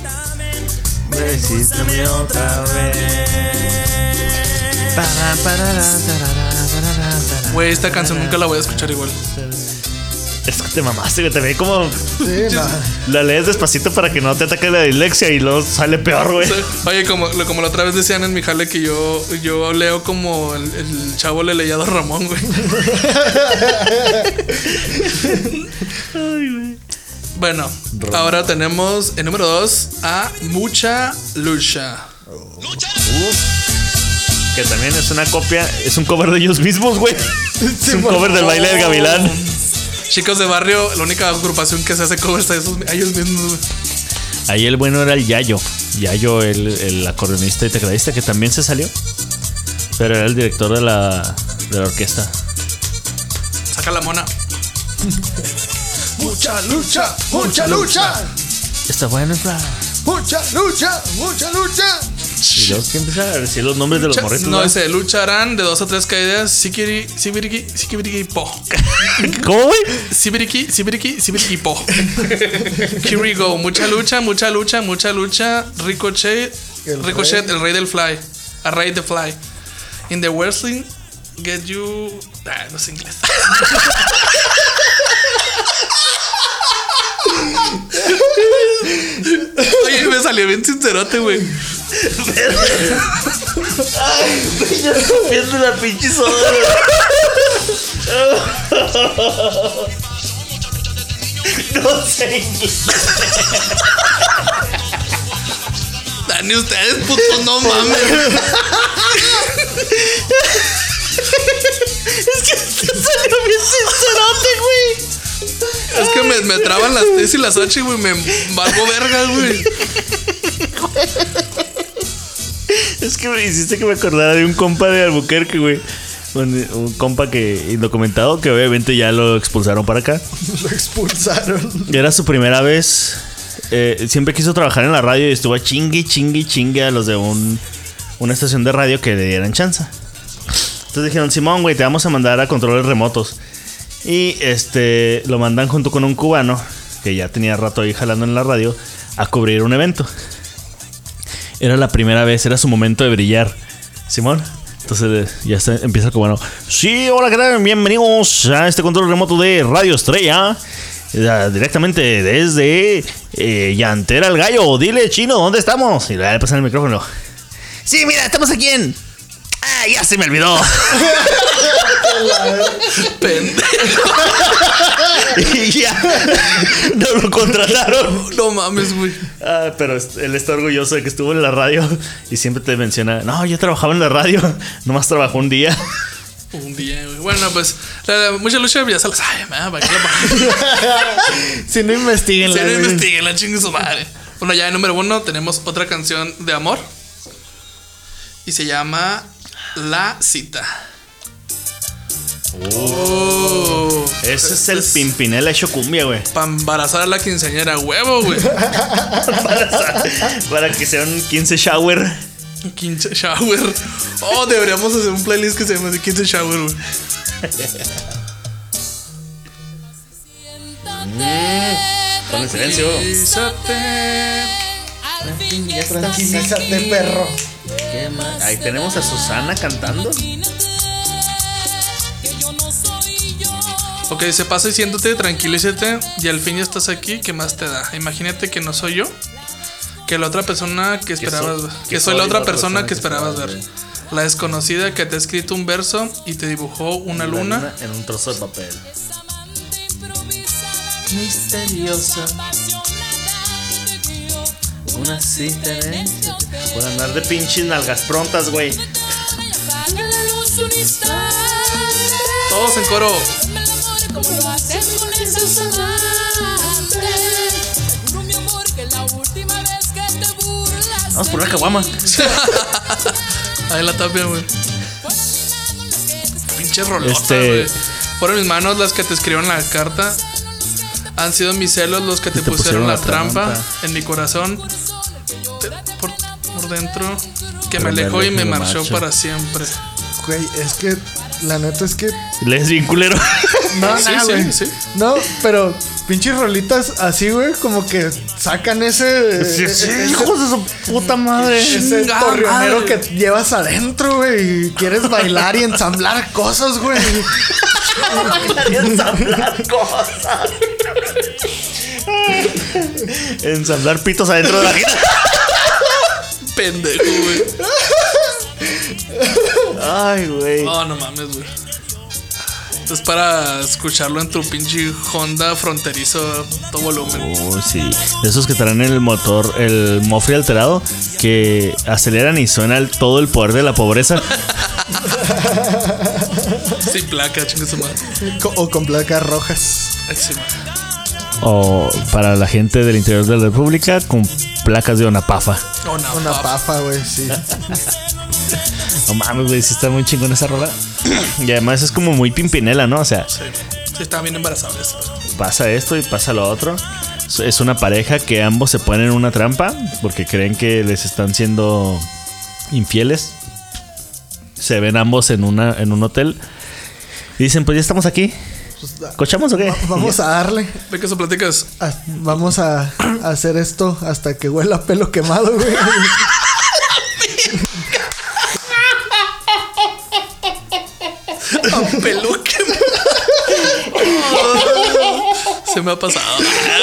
Besítame otra vez. Güey, esta canción nunca la voy a escuchar igual. Es que te mamaste, güey. También como Sí, no. la lees despacito para que no te ataque la dislexia y luego sale peor, güey. Oye, como la otra vez decían en mi jale que yo leo como el chavo le leía a Don Ramón, güey. Bueno, ahora tenemos en número 2 a Mucha Lucha. Que también es una copia, es un cover de ellos mismos, güey. Es un cover del baile del gavilán. Chicos de barrio, la única agrupación que se hace covers a ellos mismos, güey. Ahí el bueno era el Yayo. Yayo, el acordeonista y tecladista que también se salió. Pero era el director de la orquesta. Saca la mona. Mucha lucha, mucha lucha, Está bueno, mucha lucha, mucha lucha. Y luego que empieza a decir los nombres de los morritos. No, ¿verdad? ese lucharán de 2 a 3 caídas. Sibiriki, po. ¿Cómo, güey? Sibiriki, po. Here we go. Mucha lucha. Ricochet, el rey del fly. A rey de fly. In the wrestling, get you. No sé inglés. Oye, me salió bien sincerote, güey. Ya estoy viendo la pinche soda. No sé inglés. Dani, ustedes, putos, no mames. Es que salió bien sincerote, güey. Es que me traban las T y las H, güey. Me valgo verga, güey. Es que me hiciste que me acordara de un compa de Albuquerque, güey. Un compa que indocumentado que obviamente ya lo expulsaron para acá. Lo expulsaron. Era su primera vez. Siempre quiso trabajar en la radio y estuvo a chingue a los de una estación de radio que le dieran chance. Entonces dijeron, Simón, güey, te vamos a mandar a controles remotos. Y lo mandan junto con un cubano que ya tenía rato ahí jalando en la radio a cubrir un evento. Era la primera vez, era su momento de brillar. Simón. Entonces empieza el cubano. Sí, hola, ¿qué tal? Bienvenidos a este control remoto de Radio Estrella. Directamente desde Llantera el Gallo. Dile, chino, ¿dónde estamos? Y le pasan el micrófono. Sí, mira, estamos aquí en... Ah, ya se me olvidó. Pendejo. Y ya no lo contrataron. No mames, güey. Pero él está orgulloso de que estuvo en la radio. Y siempre te menciona, no, yo trabajaba en la radio. Nomás trabajó un día. Un día, güey. Bueno, pues mucha lucha ya se la sabe, ¿para qué Si no investiguen Si no investiguen, la chingue su madre. Bueno, ya en número 1 tenemos otra canción de amor. Y se llama La Cita. Ese es el Pimpinela hecho cumbia, güey. Para embarazar a la quinceañera, huevo, güey. Para que sea un 15 shower. 15 shower. Oh, deberíamos hacer un playlist que se llame 15 shower, güey. Con el silencio. Tranquilízate, perro. ¿Qué más? Ahí tenemos a Susana cantando. Ok, se pasa y siéntate, tranquilízate. Y al fin ya estás aquí, ¿qué más te da? Imagínate que no soy yo. Que la otra persona que esperabas ver. Que soy la otra persona que esperabas ver. La desconocida que te ha escrito un verso y te dibujó una luna. En un trozo de papel. Misteriosa. Una cita por andar de pinches nalgas prontas, güey. Todos en coro. Vamos por una caguama. Ahí la tapia, güey. Pinches rolotas, güey. Fueron mis manos las que te escribieron la carta. Han sido mis celos los que te pusieron la trampa en mi corazón. Por dentro. Que me alejó y me marchó para siempre. Güey, es que la neta es que ¿Lees bien culero? no, Sí, nada, güey. sí. No, pero pinches rolitas así, güey, como que sacan ese Hijos de su puta madre. ese Chingada torreonero madre. que llevas adentro, güey, y quieres bailar y ensamblar cosas, güey. Ensamblar cosas. Ensamblar pitos adentro de la gente. Pendejo, güey. Ay, güey. Oh, no mames, güey. Es para escucharlo en tu pinche Honda fronterizo a todo volumen. Oh, sí. De esos que traen el motor, el mofre alterado, que aceleran y suena todo el poder de la pobreza. Sin placa, chingue su madre. O con placas rojas. Ay, sí, madre. O para la gente del interior de la República con placas de Onapafa. Oh, no, Una papá. pafa, güey, sí. No mames, güey, sí está muy chingón esa rola. Y además es como muy Pimpinela, ¿no? O sea, Sí, estaban bien embarazables. pasa esto y pasa lo otro. Es una pareja que ambos se ponen en una trampa porque creen que les están siendo infieles. Se ven ambos en un hotel y dicen, pues ya estamos aquí. ¿Cochamos o qué? Vamos a darle. ¿De qué eso platicas? Vamos a hacer esto hasta que huela a pelo quemado, güey. A peluque. Se me ha pasado.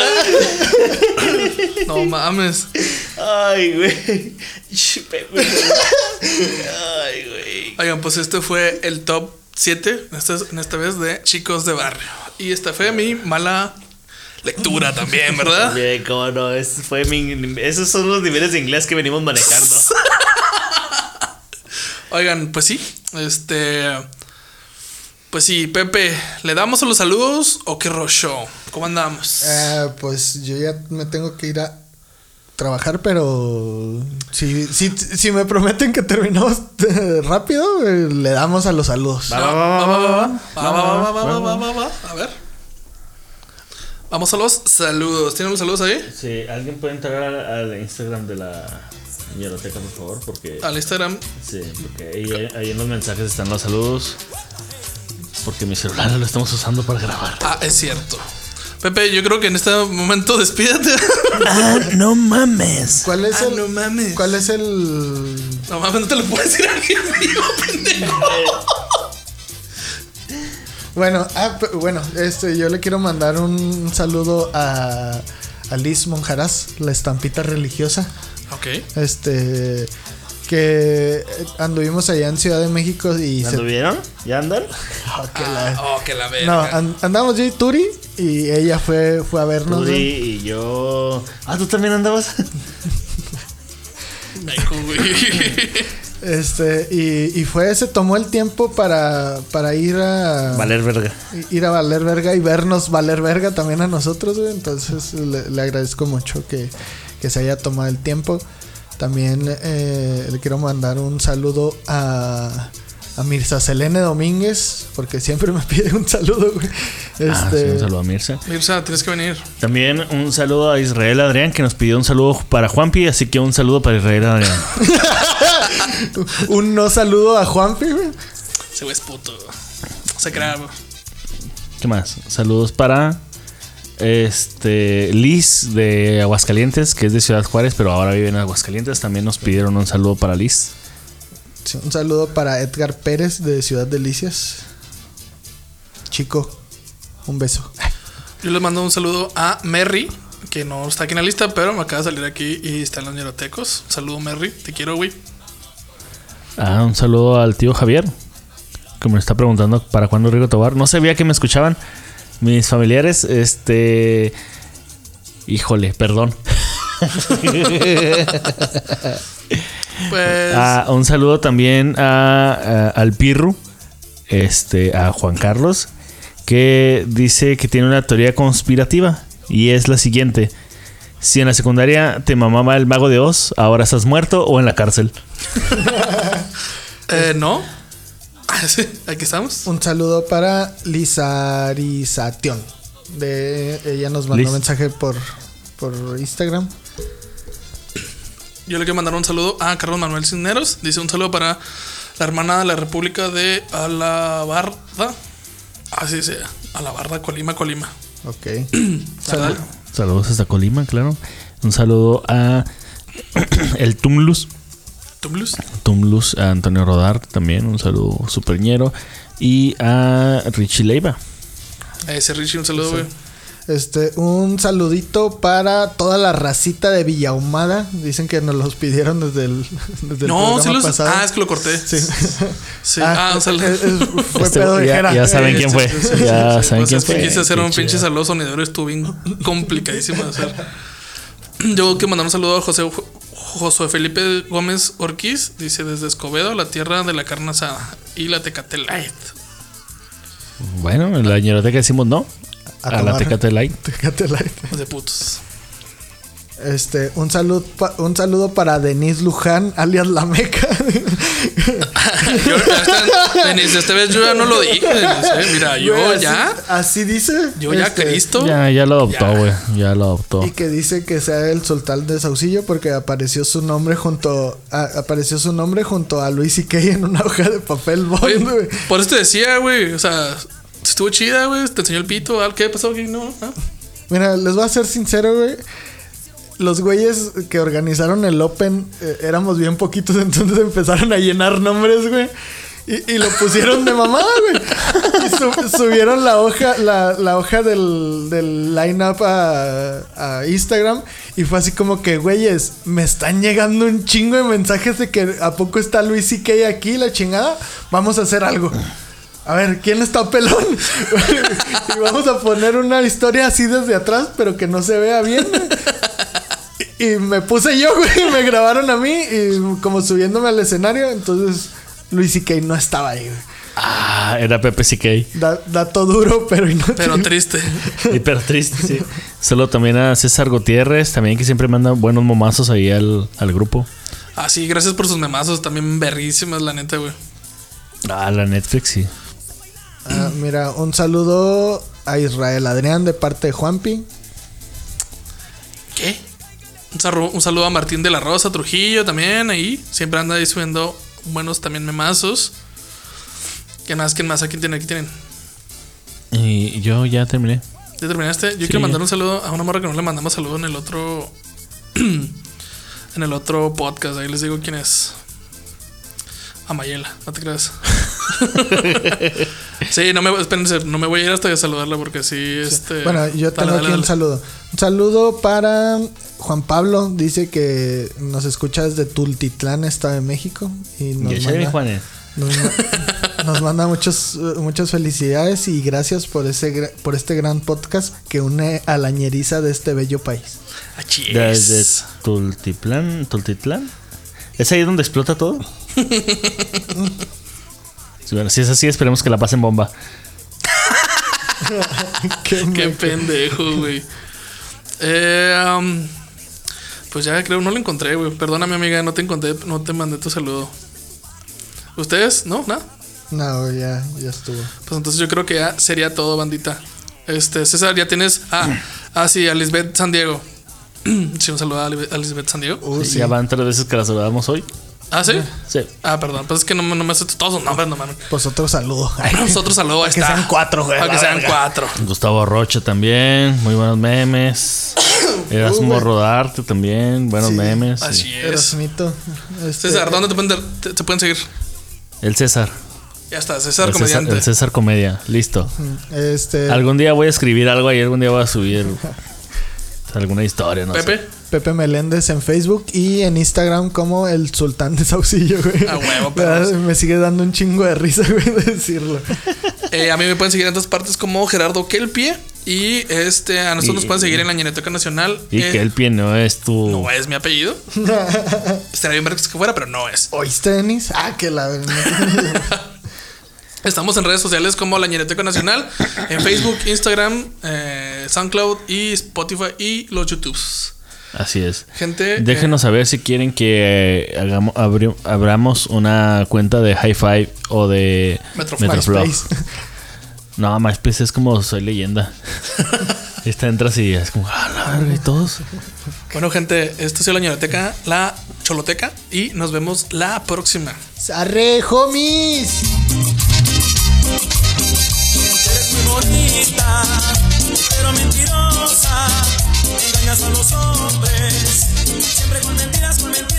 No mames. Ay, güey. Ay, güey. Oigan, pues este fue el top 7 en esta vez de Chicos de Barrio. Y esta fue mi mala lectura también, ¿verdad? Bien, cómo no. Esos son los niveles de inglés que venimos manejando. Oigan, pues sí. Pues sí, Pepe, ¿le damos a los saludos o qué rollo? ¿Cómo andamos? Pues yo ya me tengo que ir a trabajar, pero si me prometen que terminamos rápido, le damos a los saludos. Va. A ver. Vamos a los saludos. ¿Tienen los saludos ahí? Sí, ¿alguien puede entrar al Instagram de la Ñeroteca, por favor? Porque Al Instagram. sí, porque ahí en los mensajes están los saludos. Porque mi celular lo estamos usando para grabar. Ah, es cierto. Pepe, yo creo que en este momento despídete. Ah, no mames. ¿Cuál es el? No mames. ¿Cuál es el? No mames, no te lo puedes decir a alguien mío, pendejo. Bueno, yo le quiero mandar un saludo a Liz Monjaraz, la estampita religiosa. Ok. Que anduvimos allá en Ciudad de México y ¿Anduvieron? ¿Ya andan? Que la No, verga. andamos yo y Turi y ella fue a vernos. Turi güey. y yo. Ah, ¿tú también andabas? Meco, güey. Y se tomó el tiempo para ir a Valer verga. ir a valer verga y vernos valer verga también a nosotros, güey. Entonces le agradezco mucho que se haya tomado el tiempo. También le quiero mandar un saludo a Mirza Selene Domínguez, porque siempre me pide un saludo, güey. Sí, un saludo a Mirza. Mirza, tienes que venir. También un saludo a Israel Adrián, que nos pidió un saludo para Juanpi, así que un saludo para Israel Adrián. Un no saludo a Juanpi, güey. Ese güey es puto. Se crea, güey. ¿Qué más? Saludos para Liz de Aguascalientes, que es de Ciudad Juárez, pero ahora vive en Aguascalientes. También nos pidieron un saludo para Liz. Sí, un saludo para Edgar Pérez de Ciudad Delicias. Chico, un beso. Yo les mando un saludo a Merry, que no está aquí en la lista, pero me acaba de salir aquí y está en los ñerotecos. Saludo, Merry. Te quiero, güey. Un saludo al tío Javier, que me está preguntando para cuándo Rigo Tobar. No sabía que me escuchaban mis familiares. Híjole, perdón. Pues. Un saludo también al Pirru, a Juan Carlos, que dice que tiene una teoría conspirativa y es la siguiente: si en la secundaria te mamaba el Mago de Oz, ahora estás muerto o en la cárcel. No. Sí, aquí estamos. Un saludo para Lizarization. Ella nos mandó Liz. un mensaje por Instagram. Yo le quiero mandar un saludo a Carlos Manuel Cisneros. Dice un saludo para la hermana de la República de Alabarda. Así sea, Alabarda, Colima. Ok. ¿Verdad? Saludos hasta Colima, claro. Un saludo a el Tumlus, a Antonio Rodar también. Un saludo superñero. Y a Richie Leiva. A ese Richie, un saludo, güey. Un saludito para toda la racita de Villahumada. Dicen que nos los pidieron desde el No, sí programa los. pasado. Es que lo corté. Sí. Sí. Un saludo. Fue Este, pedo de Jera. ya saben quién fue. Ya saben O sea, quién es que fue. quise hacer un Qué pinche chido. saludo sonidero. Estuvo bien complicadísimo de hacer. Yo quiero mandar un saludo a José Felipe Gómez Orquiz. Dice: desde Escobedo, la tierra de la carne asada y la Tecate Light. Bueno, en la ñeroteca decimos no. A la tomar. Tecate Light. Tecate Light. De putos. Un saludo para Denise Luján, alias La Meca. Denise, esta vez yo ya no lo dije. Denise, mira, yo Güey, ya. Así dice. Yo ya Cristo. Ya lo adoptó, güey. Ya lo adoptó. Y que dice que sea el sultán de Saucillo porque apareció su nombre junto a Luis C.K. en una hoja de papel bond, Oye, güey. por eso te decía, güey. O sea, estuvo chida, güey. Te enseñó el pito. ¿Qué pasó aquí? No. Mira, les voy a ser sincero, güey. Los güeyes que organizaron el Open éramos bien poquitos, entonces empezaron a llenar nombres, güey. Y lo pusieron de mamada, güey. Y subieron la hoja del line-up a Instagram. Y fue así como que, güeyes, me están llegando un chingo de mensajes de que ¿a poco está Luis C.K. aquí, la chingada? Vamos a hacer algo. A ver, ¿quién está pelón? Y vamos a poner una historia así desde atrás, pero que no se vea bien, güey. Y me puse yo, güey. Me grabaron a mí y como subiéndome al escenario. Entonces Luis C.K. no estaba ahí, güey. Era Pepe C.K. Dato duro, pero inútil. Pero triste. Pero triste, sí. Solo también a César Gutiérrez, también que siempre manda buenos momazos ahí al grupo. Sí, gracias por sus memazos. También berrísimas, la neta, güey. La Netflix, sí. Mira, un saludo a Israel Adrián de parte de Juanpi. ¿Qué? Un saludo a Martín de la Rosa Trujillo también ahí. Siempre anda ahí subiendo buenos también memazos. ¿Quién más? Aquí tienen. Y yo ya terminé. ¿Ya terminaste? Yo Sí, quiero mandar ya. un saludo a una morra que no le mandamos saludo en el otro. En el otro podcast. Ahí les digo quién es. A Mayela, no te creas. Sí, espérense, no me voy a ir hasta de saludarla porque sí, Bueno, yo tengo aquí un saludo. Un saludo para Juan Pablo. Dice que nos escucha desde Tultitlán, Estado de México. Y nos manda muchas felicidades y gracias por este gran podcast que une a la ñeriza de este bello país. Desde Tultitlán. ¿Es ahí donde explota todo? Sí, bueno, si es así, esperemos que la pasen bomba. Qué pendejo, güey. Pues ya creo, no lo encontré, güey. Perdóname, amiga, no te encontré, no te mandé tu saludo. ¿Ustedes? ¿No? ¿Nada? No, güey, ya estuvo. Pues entonces yo creo que ya sería todo, bandita. César, ya tienes. Sí, a Lisbeth San Diego. Sí, un saludo a Lisbeth San Diego. Sí, ya van 3 veces que la saludamos hoy. ¿Ah, sí? Sí. Perdón, pues es que no me sé todos los nombres, no mames. Pues otro saludo. Nosotros saludo, ahí Que está. sean 4, güey. Para que sean 4. Gustavo Rocha también, muy buenos memes. Erasmo Rodarte también, buenos Sí, memes. Así es. Erasmito. César, ¿dónde te pueden seguir? El César. Ya está, César Comediante. El César Comedia, listo. Este. Algún día voy a escribir algo ahí, algún día voy a subir alguna historia, no Pepe. sé. Pepe Meléndez en Facebook y en Instagram como el Sultán de Saucillo, güey. A huevo, perros. Me sigue dando un chingo de risa, güey, de decirlo. A mí me pueden seguir en otras partes como Gerardo Kelpie. Y a nosotros nos pueden seguir en la Ñeroteca Nacional. Y que el pie no es tu. No es mi apellido. Estaría bien ver que fuera, pero no es. ¿Oíste, Denis? Que la Estamos en redes sociales como la Ñeroteca Nacional. En Facebook, Instagram, SoundCloud y Spotify y los YouTubes. Así es. Gente, déjenos saber si quieren que abramos una cuenta de Hi-Fi o de Metroflog. No, MySpace es como Soy Leyenda. Esta entras y es como, la verga, y todos. Bueno, gente, esto ha sido la Ñeroteca, la Choloteca. Y nos vemos la próxima. ¡Arre, homies! Eres muy bonita, pero mentirosa. Engañas a los hombres, siempre con mentiras, con mentiras.